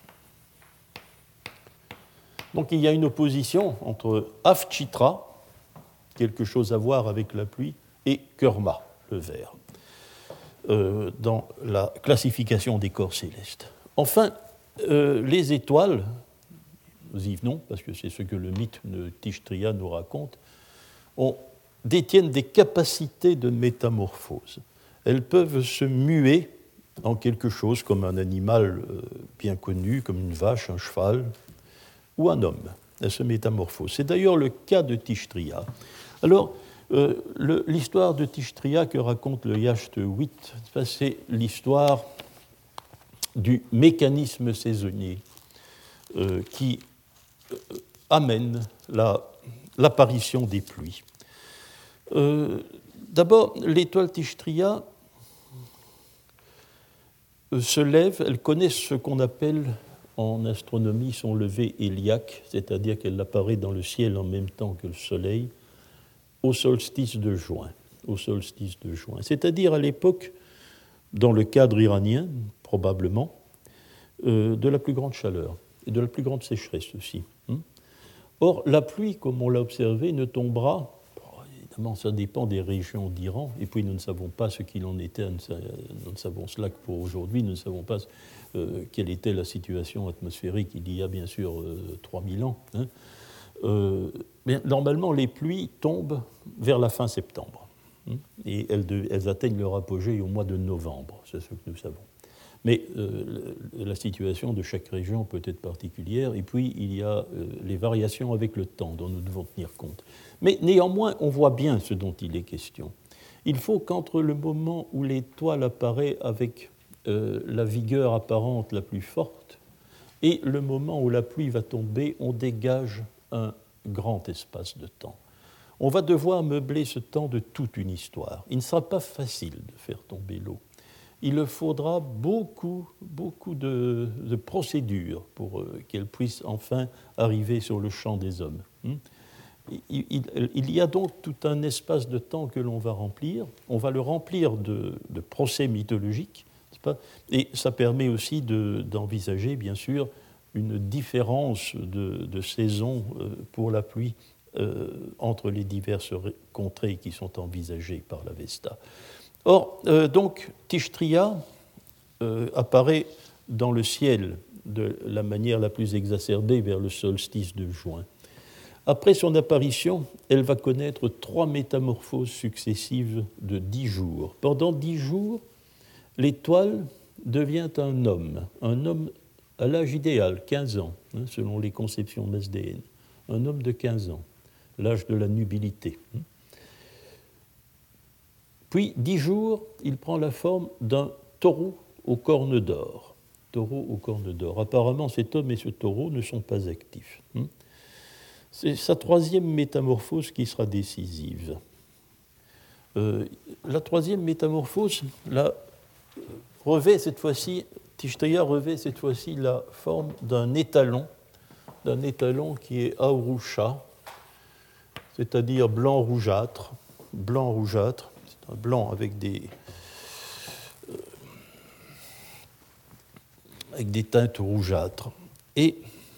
Donc il y a une opposition entre Avchitra, quelque chose à voir avec la pluie, et Kurma, le vert, euh, dans la classification des corps célestes. Enfin, euh, les étoiles, nous y venons, parce que c'est ce que le mythe de Tishtriya nous raconte, on, détiennent des capacités de métamorphose. Elles peuvent se muer en quelque chose comme un animal euh, bien connu, comme une vache, un cheval, ou un homme. Elle se métamorphose. C'est d'ailleurs le cas de Tishtriya. Alors, euh, le, l'histoire de Tishtriya que raconte le Yacht huit, c'est l'histoire du mécanisme saisonnier euh, qui euh, amène la, l'apparition des pluies. Euh, d'abord, l'étoile Tishtriya euh, se lève, elle connaît ce qu'on appelle en astronomie son lever héliaque, c'est-à-dire qu'elle apparaît dans le ciel en même temps que le Soleil, au solstice de juin. Au solstice de juin. C'est-à-dire à l'époque, dans le cadre iranien, probablement, euh, de la plus grande chaleur et de la plus grande sécheresse aussi. Or, la pluie, comme on l'a observé, ne tombera, évidemment ça dépend des régions d'Iran, et puis nous ne savons pas ce qu'il en était, nous ne savons cela que pour aujourd'hui, nous ne savons pas euh, quelle était la situation atmosphérique il y a bien sûr euh, trois mille ans. Hein. Euh, mais normalement, les pluies tombent vers la fin septembre, hein, et elles, de, elles atteignent leur apogée au mois de novembre, c'est ce que nous savons. Mais euh, la situation de chaque région peut être particulière, et puis il y a euh, les variations avec le temps dont nous devons tenir compte. Mais néanmoins, on voit bien ce dont il est question. Il faut qu'entre le moment où l'étoile apparaît avec euh, la vigueur apparente la plus forte et le moment où la pluie va tomber, on dégage un grand espace de temps. On va devoir meubler ce temps de toute une histoire. Il ne sera pas facile de faire tomber l'eau. Il faudra beaucoup, beaucoup de, de procédures pour euh, qu'elle puisse enfin arriver sur le champ des hommes. Il, il, il y a donc tout un espace de temps que l'on va remplir. On va le remplir de, de procès mythologiques, n'est-ce pas ? Et ça permet aussi de, d'envisager, bien sûr, une différence de, de saison euh, pour la pluie euh, entre les diverses contrées qui sont envisagées par l'Avesta. Or, euh, donc, Tishtriya euh, apparaît dans le ciel de la manière la plus exacerbée vers le solstice de juin. Après son apparition, elle va connaître trois métamorphoses successives de dix jours. Pendant dix jours, l'étoile devient un homme, un homme à l'âge idéal, quinze ans, hein, selon les conceptions masdéennes, un homme de quinze ans, l'âge de la nubilité. Puis, dix jours, il prend la forme d'un taureau aux cornes d'or. Taureau aux cornes d'or. Apparemment, cet homme et ce taureau ne sont pas actifs. C'est sa troisième métamorphose qui sera décisive. Euh, la troisième métamorphose, la revêt cette fois-ci, Tishtria revêt cette fois-ci la forme d'un étalon, d'un étalon qui est Aurusha, c'est-à-dire blanc rougeâtre, blanc rougeâtre, c'est un blanc avec des euh, avec des teintes rougeâtres. Et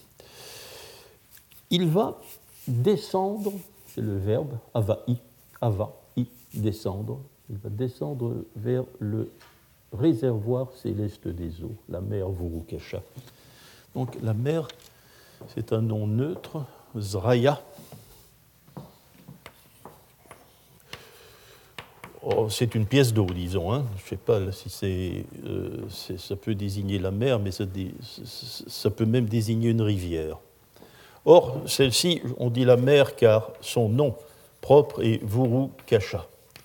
il va descendre, c'est le verbe, ava'i, ava'i, descendre, il va descendre vers le réservoir céleste des eaux, la mer Vurukasha. Donc la mer, c'est un nom neutre, Zraya. Oh, c'est une pièce d'eau, disons. Hein. Je ne sais pas si c'est, euh, c'est, ça peut désigner la mer, mais ça, dé, ça peut même désigner une rivière. Or, celle-ci, on dit la mer car son nom propre est Vurukasha.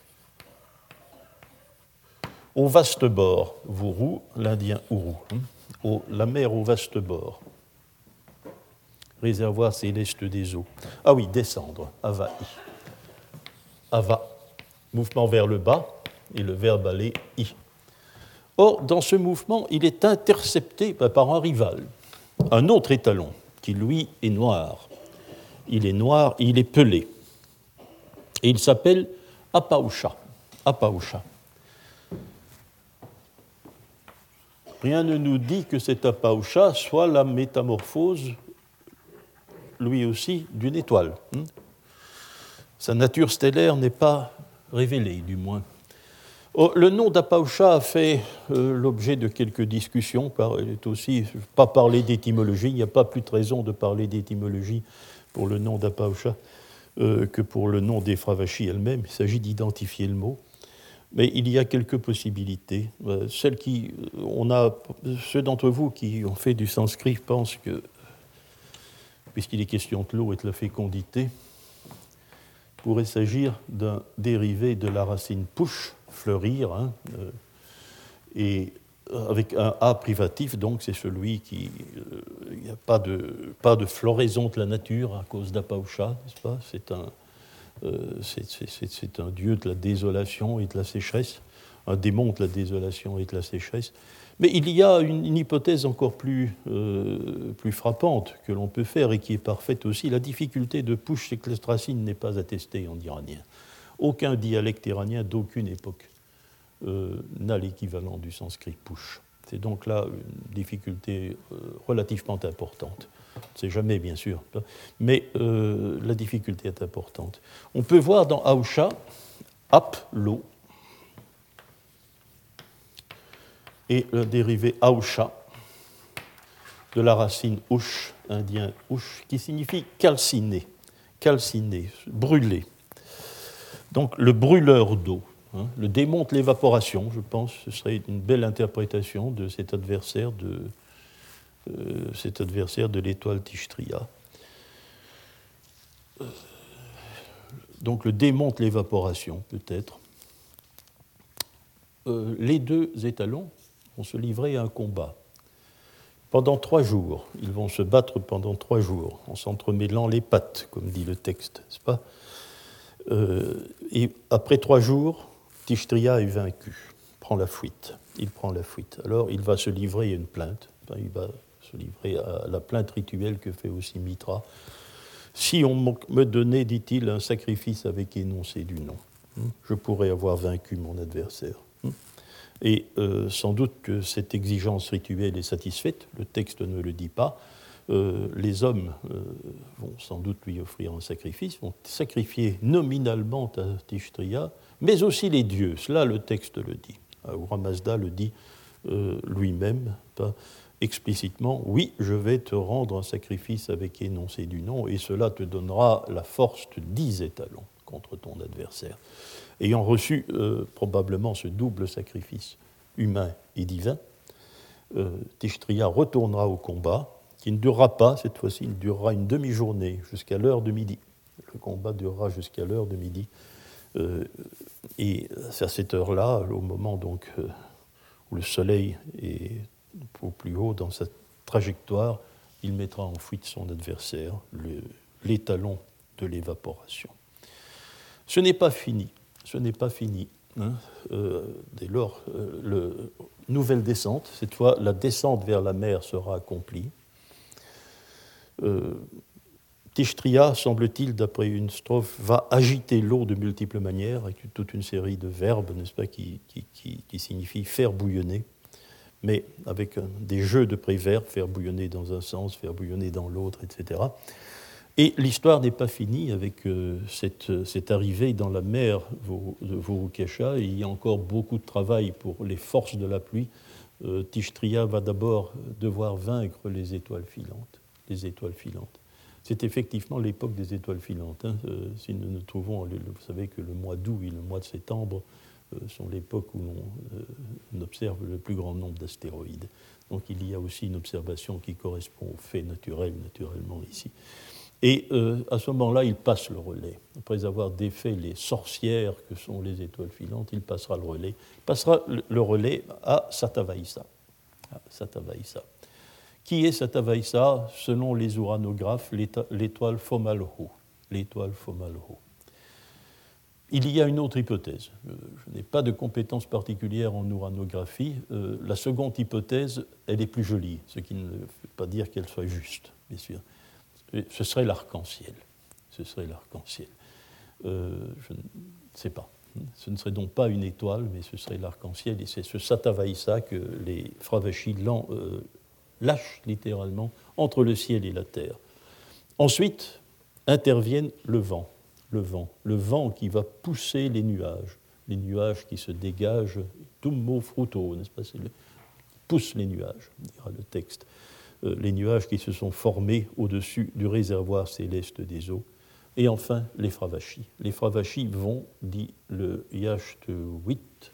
Au vaste bord, Vuru, l'indien Uru, hein, au, la mer au vaste bord, réservoir céleste des eaux. Ah oui, descendre, ava'i. Ava, mouvement vers le bas, et le verbe aller, i. Or, dans ce mouvement, il est intercepté par un rival, un autre étalon, qui lui est noir. Il est noir, il est pelé. Et il s'appelle Apausha. Apausha. Rien ne nous dit que cet Apausha soit la métamorphose, lui aussi, d'une étoile. Sa nature stellaire n'est pas révélée, du moins. Oh, le nom d'Apausha a fait euh, l'objet de quelques discussions. Par, il est aussi pas parler d'étymologie. Il n'y a pas plus de raison de parler d'étymologie pour le nom d'Apausha euh, que pour le nom d'Ephravachi elle-même. Il s'agit d'identifier le mot. Mais il y a quelques possibilités. Euh, celles qui, on a, ceux d'entre vous qui ont fait du sanskrit pensent que, puisqu'il est question de l'eau et de la fécondité, il pourrait s'agir d'un dérivé de la racine push, fleurir, hein, euh, et avec un A privatif, donc c'est celui qui... Il euh, n'y a pas de, pas de floraison de la nature à cause d'Apausha, n'est-ce pas ? C'est un... Euh, c'est, c'est, c'est un dieu de la désolation et de la sécheresse, un démon de la désolation et de la sécheresse. Mais il y a une, une hypothèse encore plus, euh, plus frappante que l'on peut faire et qui est parfaite aussi. La difficulté de Push, c'est que cette racine n'est pas attestée en iranien. Aucun dialecte iranien d'aucune époque euh, n'a l'équivalent du sanskrit Push. C'est donc là une difficulté euh, relativement importante. C'est jamais, bien sûr, mais euh, la difficulté est importante. On peut voir dans Ausha, ap, l'eau, et le dérivé Ausha, de la racine ush, indien ush, qui signifie calciner, calciner, brûler. Donc le brûleur d'eau, hein, le démonte l'évaporation, je pense, ce serait une belle interprétation de cet adversaire de... Euh, cet adversaire de l'étoile Tishtria. Euh, donc le démonte l'évaporation, peut-être. Euh, les deux étalons vont se livrer à un combat. Pendant trois jours, ils vont se battre pendant trois jours, en s'entremêlant les pattes, comme dit le texte, n'est-ce pas ? euh, Et après trois jours, Tishtria est vaincu, prend la fuite. Il prend la fuite. Alors il va se livrer à une plainte. Enfin, il va se livrer à la plainte rituelle que fait aussi Mitra. Si on me donnait, dit-il, un sacrifice avec énoncé du nom, je pourrais avoir vaincu mon adversaire. Et euh, sans doute que cette exigence rituelle est satisfaite, le texte ne le dit pas. Euh, les hommes euh, vont sans doute lui offrir un sacrifice, vont sacrifier nominalement à Tishtria, mais aussi les dieux. Cela, le texte le dit. Ahura Mazda le dit euh, lui-même, pas explicitement, oui, je vais te rendre un sacrifice avec énoncé du nom, et cela te donnera la force de dix étalons contre ton adversaire. Ayant reçu euh, probablement ce double sacrifice humain et divin. Euh, Tishtria retournera au combat, qui ne durera pas, cette fois-ci, il durera une demi-journée, jusqu'à l'heure de midi. Le combat durera jusqu'à l'heure de midi. Euh, et c'est à cette heure-là, au moment donc, euh, où le soleil est au plus haut dans sa trajectoire, il mettra en fuite son adversaire, le, l'étalon de l'évaporation. Ce n'est pas fini, ce n'est pas fini. Hein. Euh, dès lors, euh, le, nouvelle descente, cette fois la descente vers la mer sera accomplie. Euh, Tishtria, semble-t-il, d'après une strophe, va agiter l'eau de multiples manières, avec toute une série de verbes, n'est-ce pas, qui, qui, qui, qui signifient faire bouillonner, mais avec un, des jeux de préverbes, faire bouillonner dans un sens, faire bouillonner dans l'autre, et cetera. Et l'histoire n'est pas finie avec euh, cette, cette arrivée dans la mer de Vorukesha. Il y a encore beaucoup de travail pour les forces de la pluie. Euh, Tishtria va d'abord devoir vaincre les étoiles filantes. Les étoiles filantes. C'est effectivement l'époque des étoiles filantes. Hein. Euh, si nous nous trouvons, vous savez que le mois d'août et le mois de septembre euh, sont l'époque où l'on euh, observe le plus grand nombre d'astéroïdes. Donc il y a aussi une observation qui correspond aux faits naturels, naturellement ici. Et euh, à ce moment-là, il passe le relais. Après avoir défait les sorcières que sont les étoiles filantes, il passera le relais. Il passera le relais à Satavaïsa. À Satavaïsa. Qui est Satavaïsa? Selon les uranographes, l'étoile Fomalhaut. L'étoile Fomalhaut. Il y a une autre hypothèse. Je n'ai pas de compétences particulières en uranographie. Euh, la seconde hypothèse, elle est plus jolie, ce qui ne veut pas dire qu'elle soit juste, bien sûr. Ce serait l'arc-en-ciel. Ce serait l'arc-en-ciel. Euh, je ne sais pas. Ce ne serait donc pas une étoile, mais ce serait l'arc-en-ciel. Et c'est ce Satavaïsa que les Fravashis euh, lâchent littéralement entre le ciel et la terre. Ensuite, interviennent le vent. Le vent. Le vent qui va pousser les nuages. Les nuages qui se dégagent, tummo fruto, n'est-ce pas? C'est le, pousse les nuages, dira le texte. Euh, les nuages qui se sont formés au-dessus du réservoir céleste des eaux. Et enfin, les Fravashis. Les Fravashis vont, dit le Yacht huit,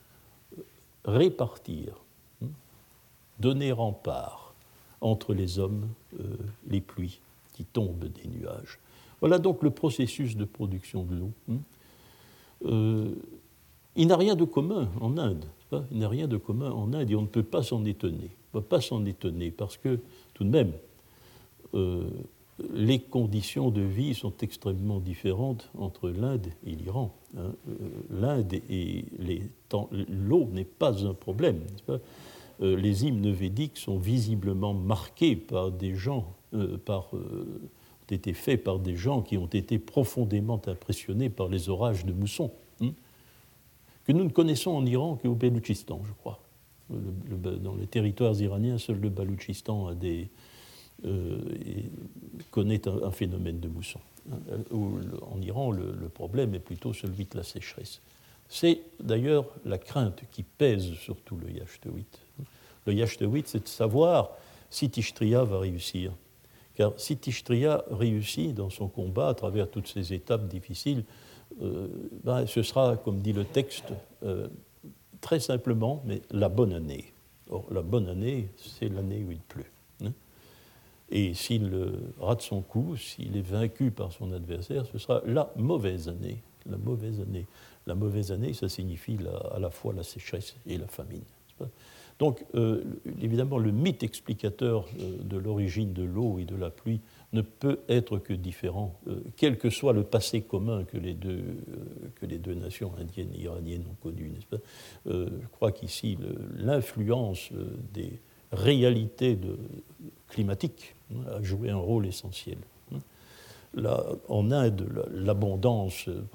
répartir, hein, donner en part entre les hommes euh, les pluies qui tombent des nuages. Voilà donc le processus de production de l'eau. Hein. Euh, il n'a rien de commun en Inde. Hein, il n'a rien de commun en Inde et on ne peut pas s'en étonner. On ne peut pas s'en étonner parce que, tout de même, euh, les conditions de vie sont extrêmement différentes entre l'Inde et l'Iran. Hein. Euh, L'Inde et les temps, l'eau n'est pas un problème. N'est-ce pas? Euh, les hymnes védiques sont visiblement marqués par des gens, euh, par, euh, ont été faits par des gens qui ont été profondément impressionnés par les orages de mousson, hein, que nous ne connaissons en Iran qu'au Baloutchistan, je crois. Le, le, dans les territoires iraniens, seul le Baloutchistan a des, euh, connaît un, un phénomène de mousson. En Iran, le, le problème est plutôt celui de la sécheresse. C'est d'ailleurs la crainte qui pèse sur tout le Yacht huit. Le Yacht huit, c'est de savoir si Tishtria va réussir. Car si Tishtria réussit dans son combat à travers toutes ces étapes difficiles, euh, ben, ce sera, comme dit le texte, euh, très simplement, mais la bonne année. Or, la bonne année, c'est l'année où il pleut. Hein. Et s'il rate son coup, s'il est vaincu par son adversaire, ce sera la mauvaise année. La mauvaise année. La mauvaise année, ça signifie la, à la fois la sécheresse et la famine. Donc, euh, évidemment, le mythe explicateur euh, de l'origine de l'eau et de la pluie ne peut être que différent, euh, quel que soit le passé commun que les deux, euh, que les deux nations indiennes et iraniennes ont connu, n'est-ce pas? Euh, je crois qu'ici, l'influence euh, des réalités de, climatiques hein, a joué un rôle essentiel. Hein. Là, en Inde, l'abondance euh,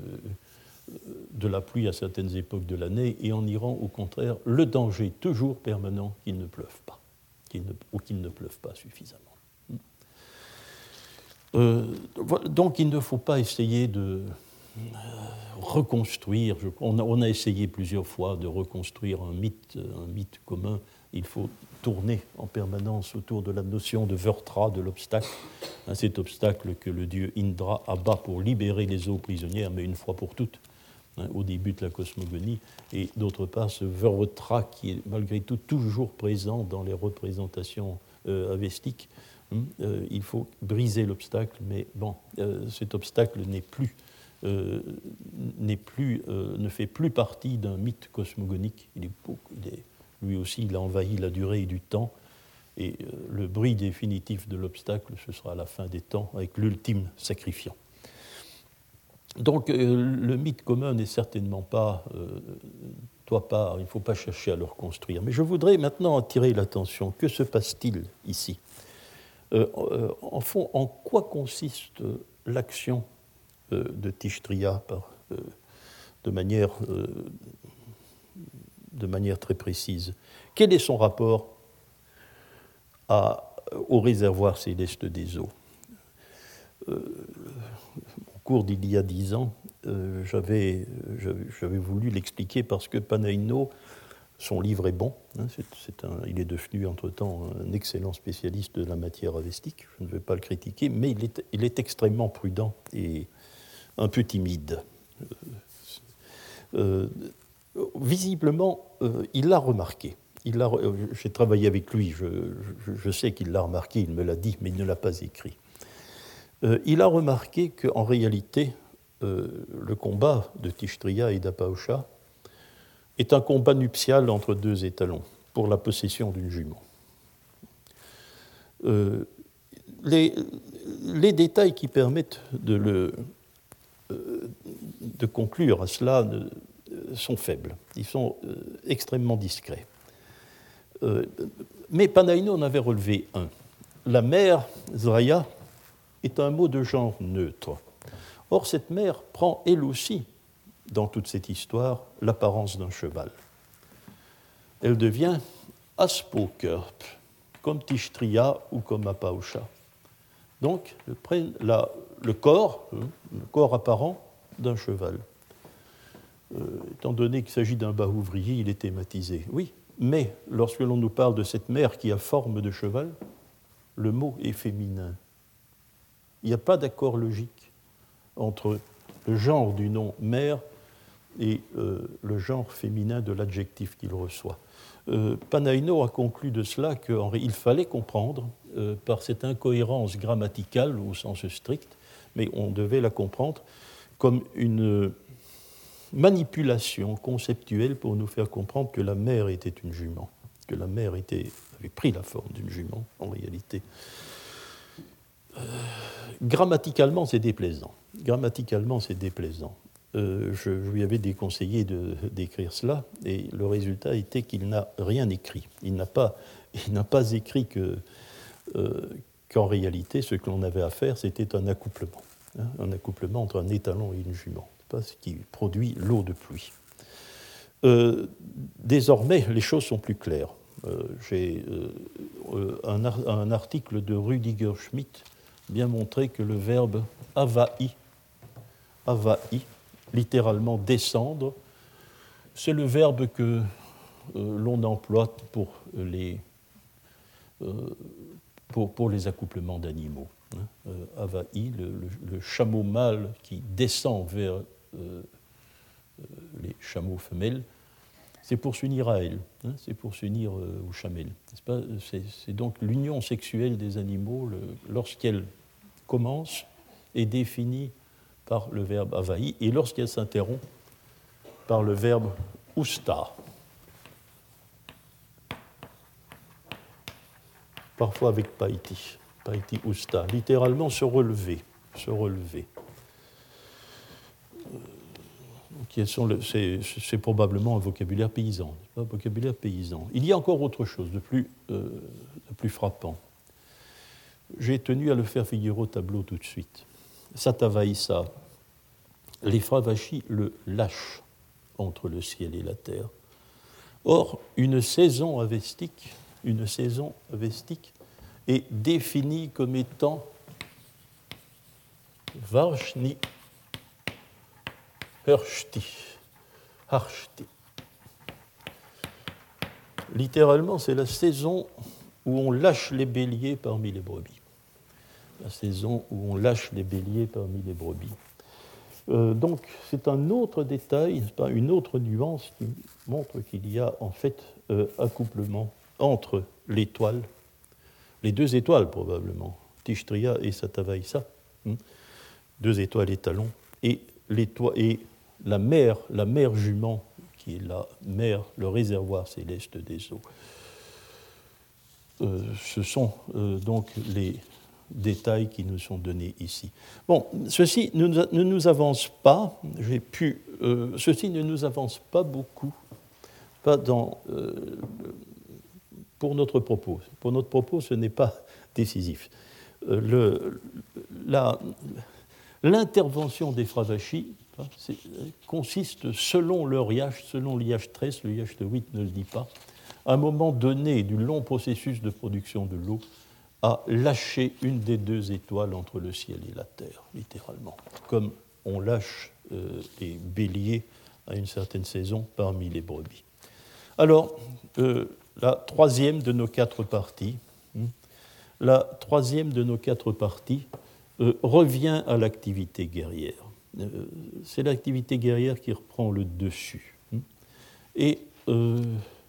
de la pluie à certaines époques de l'année, et en Iran, au contraire, le danger toujours permanent qu'il ne pleuve pas, qu'il ne, ou qu'il ne pleuve pas suffisamment. Euh, donc il ne faut pas essayer de reconstruire, je, on, a, on a essayé plusieurs fois de reconstruire un mythe, un mythe commun. Il faut tourner en permanence autour de la notion de Vertra, de l'obstacle, hein, cet obstacle que le dieu Indra abat pour libérer les eaux prisonnières, mais une fois pour toutes, hein, au début de la cosmogonie, et d'autre part ce Verotra qui est malgré tout toujours présent dans les représentations euh, avestiques. Hein, euh, il faut briser l'obstacle, mais bon, euh, cet obstacle n'est plus, euh, n'est plus, euh, ne fait plus partie d'un mythe cosmogonique. Il est, il est, lui aussi, il a envahi la durée et du temps. Et euh, le bruit définitif de l'obstacle, ce sera à la fin des temps, avec l'ultime sacrifiant. Donc euh, le mythe commun n'est certainement pas, euh, toi pas, il ne faut pas chercher à le reconstruire. Mais je voudrais maintenant attirer l'attention. Que se passe-t-il ici ? euh, euh, En fond, en quoi consiste l'action euh, de Tishtria par, euh, de, manière, euh, de manière très précise ? Quel est son rapport À, au réservoir céleste des eaux. Euh, au cours d'il y a dix ans, euh, j'avais, j'avais, j'avais voulu l'expliquer parce que Panaïno, son livre est bon, hein, c'est, c'est un, il est devenu entre-temps un excellent spécialiste de la matière avestique, je ne vais pas le critiquer, mais il est, il est extrêmement prudent et un peu timide. Euh, euh, visiblement, euh, il l'a remarqué. Il a, j'ai travaillé avec lui, je, je, je sais qu'il l'a remarqué, il me l'a dit, mais il ne l'a pas écrit. Euh, il a remarqué qu'en réalité, euh, le combat de Tishtria et d'Apaosha est un combat nuptial entre deux étalons pour la possession d'une jument. Euh, les, les détails qui permettent de, le, euh, de conclure à cela ne, sont faibles, ils sont euh, extrêmement discrets. Euh, mais Panaïno en avait relevé un. La mère, Zraya, est un mot de genre neutre. Or, cette mère prend, elle aussi, dans toute cette histoire, l'apparence d'un cheval. Elle devient Aspokerp, comme Tishtria ou comme Apaosha. Donc, le, la, le corps, le corps apparent d'un cheval. Euh, étant donné qu'il s'agit d'un bas ouvrier, il est thématisé. Oui. Mais lorsque l'on nous parle de cette mère qui a forme de cheval, le mot est féminin. Il n'y a pas d'accord logique entre le genre du nom mère et euh, le genre féminin de l'adjectif qu'il reçoit. Euh, Panaïno a conclu de cela qu'il fallait comprendre, euh, par cette incohérence grammaticale au sens strict, mais on devait la comprendre comme une manipulation conceptuelle pour nous faire comprendre que la mère était une jument, que la mère était, avait pris la forme d'une jument, en réalité. Euh, grammaticalement, c'est déplaisant. Grammaticalement, c'est déplaisant. Euh, je, je lui avais déconseillé de, d'écrire cela, et le résultat était qu'il n'a rien écrit. Il n'a pas, il n'a pas écrit que, euh, qu'en réalité, ce que l'on avait à faire, c'était un accouplement. Hein, un accouplement entre un étalon et une jument. Ce qui produit l'eau de pluie. Euh, désormais, les choses sont plus claires. Euh, j'ai euh, un, un article de Rüdiger Schmidt bien montré que le verbe avai, avai, littéralement descendre, c'est le verbe que euh, l'on emploie pour les, euh, pour, pour les accouplements d'animaux. Hein. Euh, avai, le, le, le chameau mâle qui descend vers Euh, euh, les chameaux femelles, c'est pour s'unir à elles, hein, c'est pour s'unir euh, aux chamelles. N'est-ce pas ? c'est, c'est donc l'union sexuelle des animaux, le, lorsqu'elle commence, est définie par le verbe avai, et lorsqu'elle s'interrompt, par le verbe usta. Parfois avec paiti, paiti usta, littéralement se relever, se relever. Qui sont le, c'est, c'est probablement un vocabulaire paysan, un vocabulaire paysan. Il y a encore autre chose de plus, euh, de plus frappant. J'ai tenu à le faire figurer au tableau tout de suite. Satavaïsa, les Fravachis le lâchent entre le ciel et la terre. Or, une saison avestique, une saison avestique est définie comme étant Varshni Harshti. Harshti. Littéralement, c'est la saison où on lâche les béliers parmi les brebis. La saison où on lâche les béliers parmi les brebis. Euh, donc, c'est un autre détail, pas une autre nuance qui montre qu'il y a en fait euh, accouplement entre l'étoile, les deux étoiles probablement, Tishtria et Satavaïsa, hein, deux étoiles étalons, et, et la mer, la mer jument, qui est la mer, le réservoir céleste des eaux. Euh, ce sont euh, donc les détails qui nous sont donnés ici. Bon, ceci ne, ne nous avance pas, j'ai pu, euh, ceci ne nous avance pas beaucoup, pas dans, euh, pour notre propos. Pour notre propos, ce n'est pas décisif. Euh, le, la, l'intervention des Fravachis consiste, selon leur yacht, selon le yacht treize, le yacht huit ne le dit pas, à un moment donné du long processus de production de l'eau, à lâcher une des deux étoiles entre le ciel et la terre, littéralement, comme on lâche euh, les béliers à une certaine saison parmi les brebis. Alors, euh, la troisième de nos quatre parties, hein, la troisième de nos quatre parties euh, revient à l'activité guerrière. Euh, c'est l'activité guerrière qui reprend le dessus. Hein, et euh,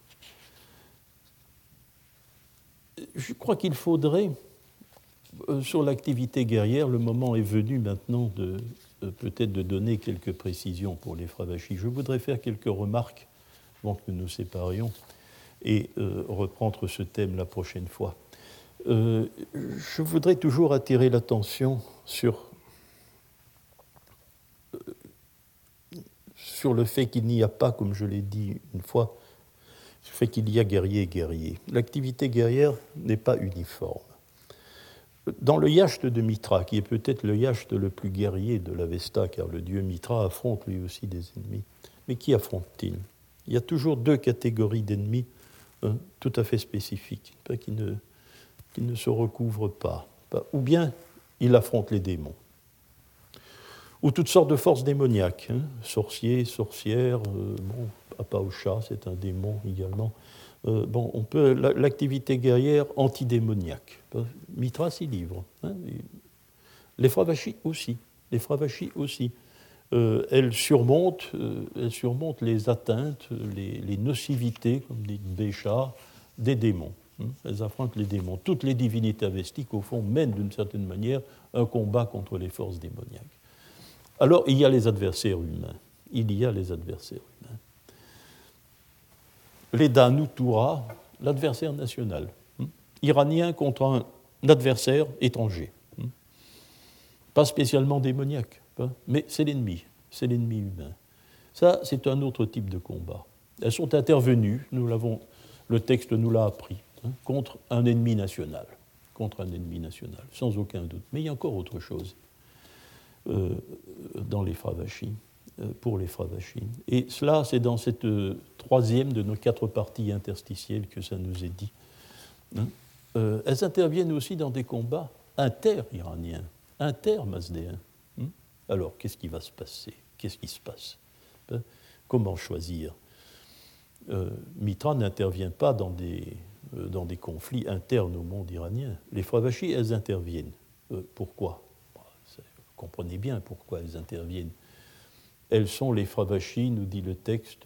je crois qu'il faudrait, euh, sur l'activité guerrière, le moment est venu maintenant de euh, peut-être de donner quelques précisions pour les Fravachis. Je voudrais faire quelques remarques avant que nous nous séparions et euh, reprendre ce thème la prochaine fois. Euh, je voudrais toujours attirer l'attention sur, euh, sur le fait qu'il n'y a pas, comme je l'ai dit une fois, le fait qu'il y a guerrier et guerrier. L'activité guerrière n'est pas uniforme. Dans le yacht de Mitra, qui est peut-être le yacht le plus guerrier de l'Avesta, car le dieu Mitra affronte lui aussi des ennemis, mais qui affronte-t-il? Il y a toujours deux catégories d'ennemis hein, tout à fait spécifiques, qui ne, qui ne se recouvrent pas. Ou bien il affronte les démons, ou toutes sortes de forces démoniaques, hein, sorciers, sorcières, euh, bon, Apaosha, c'est un démon également. Euh, bon, on peut, l'activité guerrière antidémoniaque. Mitra s'y livre. Hein, les Fravachis aussi. Les Fravachis aussi. Euh, elles, surmontent, euh, elles surmontent les atteintes, les, les nocivités, comme dit Bécha, des démons. Hein, elles affrontent les démons. Toutes les divinités avestiques, au fond, mènent d'une certaine manière un combat contre les forces démoniaques. Alors, il y a les adversaires humains. Il y a les adversaires humains. Les Danutura, l'adversaire national, hein, iranien contre un adversaire étranger. Hein, pas spécialement démoniaque, hein, mais c'est l'ennemi, c'est l'ennemi humain. Ça, c'est un autre type de combat. Elles sont intervenues, nous l'avons, le texte nous l'a appris, hein, contre un ennemi national, contre un ennemi national, sans aucun doute. Mais il y a encore autre chose euh, dans les Fravachis. Pour les Fravachis. Et cela, c'est dans cette euh, troisième de nos quatre parties interstitielles que ça nous est dit. Hein euh, elles interviennent aussi dans des combats inter-iraniens, inter-mazdéens. Hein Alors, qu'est-ce qui va se passer? Qu'est-ce qui se passe? hein Comment choisir? euh, Mitra n'intervient pas dans des, euh, dans des conflits internes au monde iranien. Les Fravachis, elles interviennent. Euh, pourquoi? Vous comprenez bien pourquoi elles interviennent. Elles sont les Fravachis, nous dit le texte,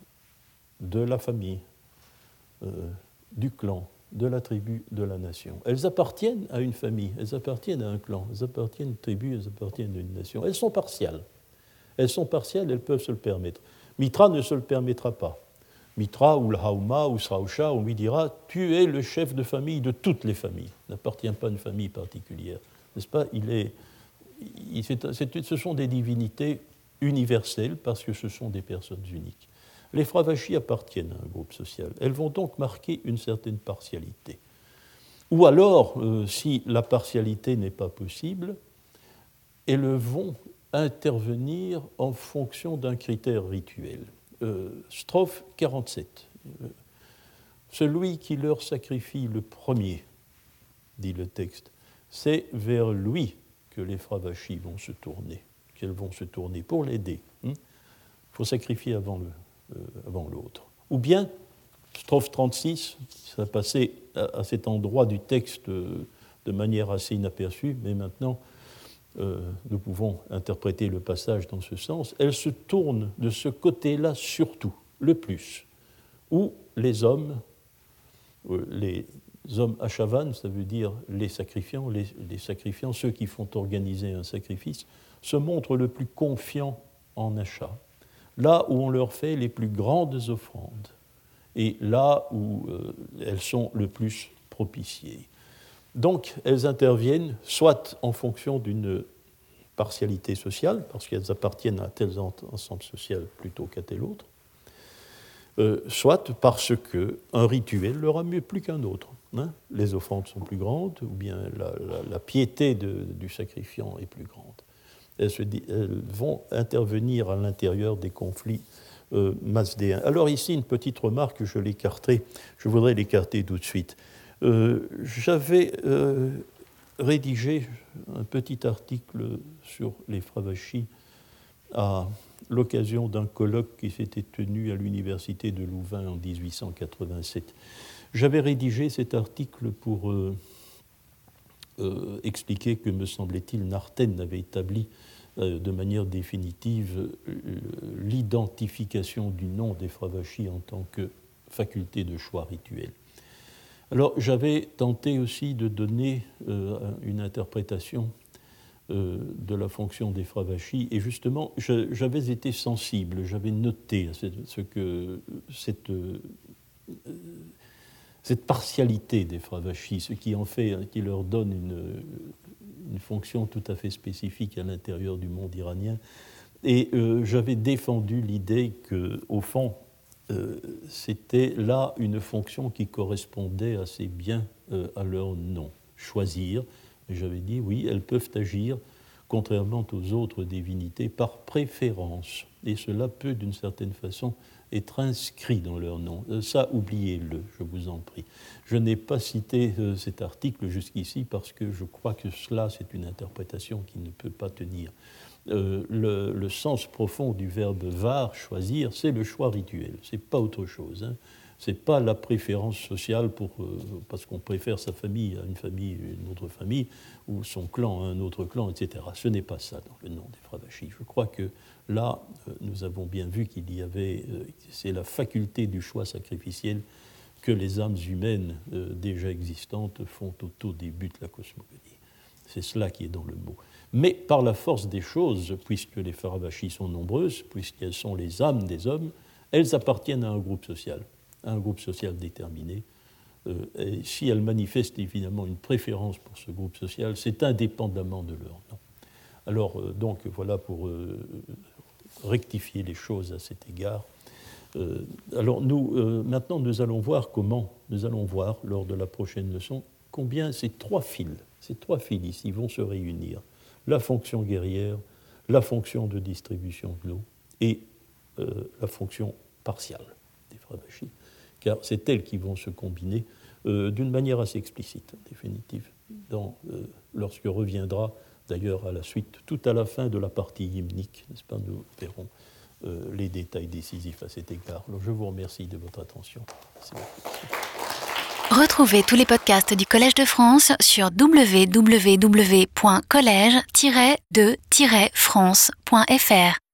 de la famille, euh, du clan, de la tribu, de la nation. Elles appartiennent à une famille, elles appartiennent à un clan, elles appartiennent à une tribu, elles appartiennent à une nation. Elles sont partiales. Elles sont partiales, elles peuvent se le permettre. Mitra ne se le permettra pas. Mitra ou le Hauma ou Srausha, on lui dira « tu es le chef de famille de toutes les familles ». Il n'appartient pas à une famille particulière. N'est-ce pas? Il est, il, c'est, c'est, ce sont des divinités universelles parce que ce sont des personnes uniques. Les Fravachis appartiennent à un groupe social. Elles vont donc marquer une certaine partialité. Ou alors, euh, si la partialité n'est pas possible, elles vont intervenir en fonction d'un critère rituel. Euh, strophe quarante-sept. Euh, Celui qui leur sacrifie le premier, dit le texte, c'est vers lui que les Fravachis vont se tourner. Qu'elles vont se tourner pour l'aider. Il hein faut sacrifier avant, le, euh, avant l'autre. Ou bien, strophe trente-six, ça passait à, à cet endroit du texte euh, de manière assez inaperçue, mais maintenant, euh, nous pouvons interpréter le passage dans ce sens, elle se tourne de ce côté-là surtout, le plus, où les hommes, euh, les hommes achavan, ça veut dire les sacrifiants, les, les sacrifiants, ceux qui font organiser un sacrifice, se montrent le plus confiants en achat, là où on leur fait les plus grandes offrandes, et là où euh, elles sont le plus propitiées. Donc, elles interviennent soit en fonction d'une partialité sociale, parce qu'elles appartiennent à tel ensemble social plutôt qu'à tel autre, euh, soit parce qu'un rituel leur a mieux plus qu'un autre. Hein. Les offrandes sont plus grandes, ou bien la, la, la piété de, du sacrifiant est plus grande. Elles, se, elles vont intervenir à l'intérieur des conflits euh, masdéens. Alors ici, une petite remarque, je l'écarterai, je voudrais l'écarter tout de suite. Euh, j'avais euh, rédigé un petit article sur les Fravachis à l'occasion d'un colloque qui s'était tenu à l'université de Louvain en dix-huit cent quatre-vingt-sept. J'avais rédigé cet article pour euh, euh, expliquer que, me semblait-il, Narten avait établi euh, de manière définitive euh, l'identification du nom des Fravachis en tant que faculté de choix rituel. Alors, j'avais tenté aussi de donner euh, une interprétation euh, de la fonction des Fravachis, et justement, je, j'avais été sensible, j'avais noté ce, ce que cette, euh, cette partialité des Fravachis, ce qui en fait, qui leur donne une, une fonction tout à fait spécifique à l'intérieur du monde iranien, et euh, j'avais défendu l'idée qu'au fond, Euh, c'était là une fonction qui correspondait assez bien euh, à leur nom. Choisir, et j'avais dit oui, elles peuvent agir, contrairement aux autres divinités, par préférence. Et cela peut, d'une certaine façon, être inscrit dans leur nom. Euh, ça, oubliez-le, je vous en prie. Je n'ai pas cité euh, cet article jusqu'ici parce que je crois que cela, c'est une interprétation qui ne peut pas tenir. Euh, le, le sens profond du verbe var, choisir, c'est le choix rituel, c'est pas autre chose. Hein. C'est pas la préférence sociale pour, euh, parce qu'on préfère sa famille à une famille, une autre famille, ou son clan à un autre clan, et cetera. Ce n'est pas ça dans le nom des Fravachis. Je crois que là, euh, nous avons bien vu qu'il y avait, euh, c'est la faculté du choix sacrificiel que les âmes humaines euh, déjà existantes font au tout début de la cosmogonie. C'est cela qui est dans le mot. Mais par la force des choses, puisque les Fravachis sont nombreuses, puisqu'elles sont les âmes des hommes, elles appartiennent à un groupe social, à un groupe social déterminé. Euh, et si elles manifestent évidemment une préférence pour ce groupe social, c'est indépendamment de leur nom. Alors, euh, donc, voilà pour euh, rectifier les choses à cet égard. Euh, alors, nous, euh, maintenant, nous allons voir comment, nous allons voir, lors de la prochaine leçon, combien ces trois fils, ces trois fils ici vont se réunir. La fonction guerrière, la fonction de distribution de l'eau et euh, la fonction partiale des Fravachis, car c'est elles qui vont se combiner euh, d'une manière assez explicite, en définitive, dans, euh, lorsque reviendra d'ailleurs à la suite, tout à la fin de la partie hymnique, n'est-ce pas, nous verrons euh, les détails décisifs à cet égard. Alors je vous remercie de votre attention. Merci beaucoup. Retrouvez tous les podcasts du Collège de France sur w w w point collège tiret de tiret france point f r.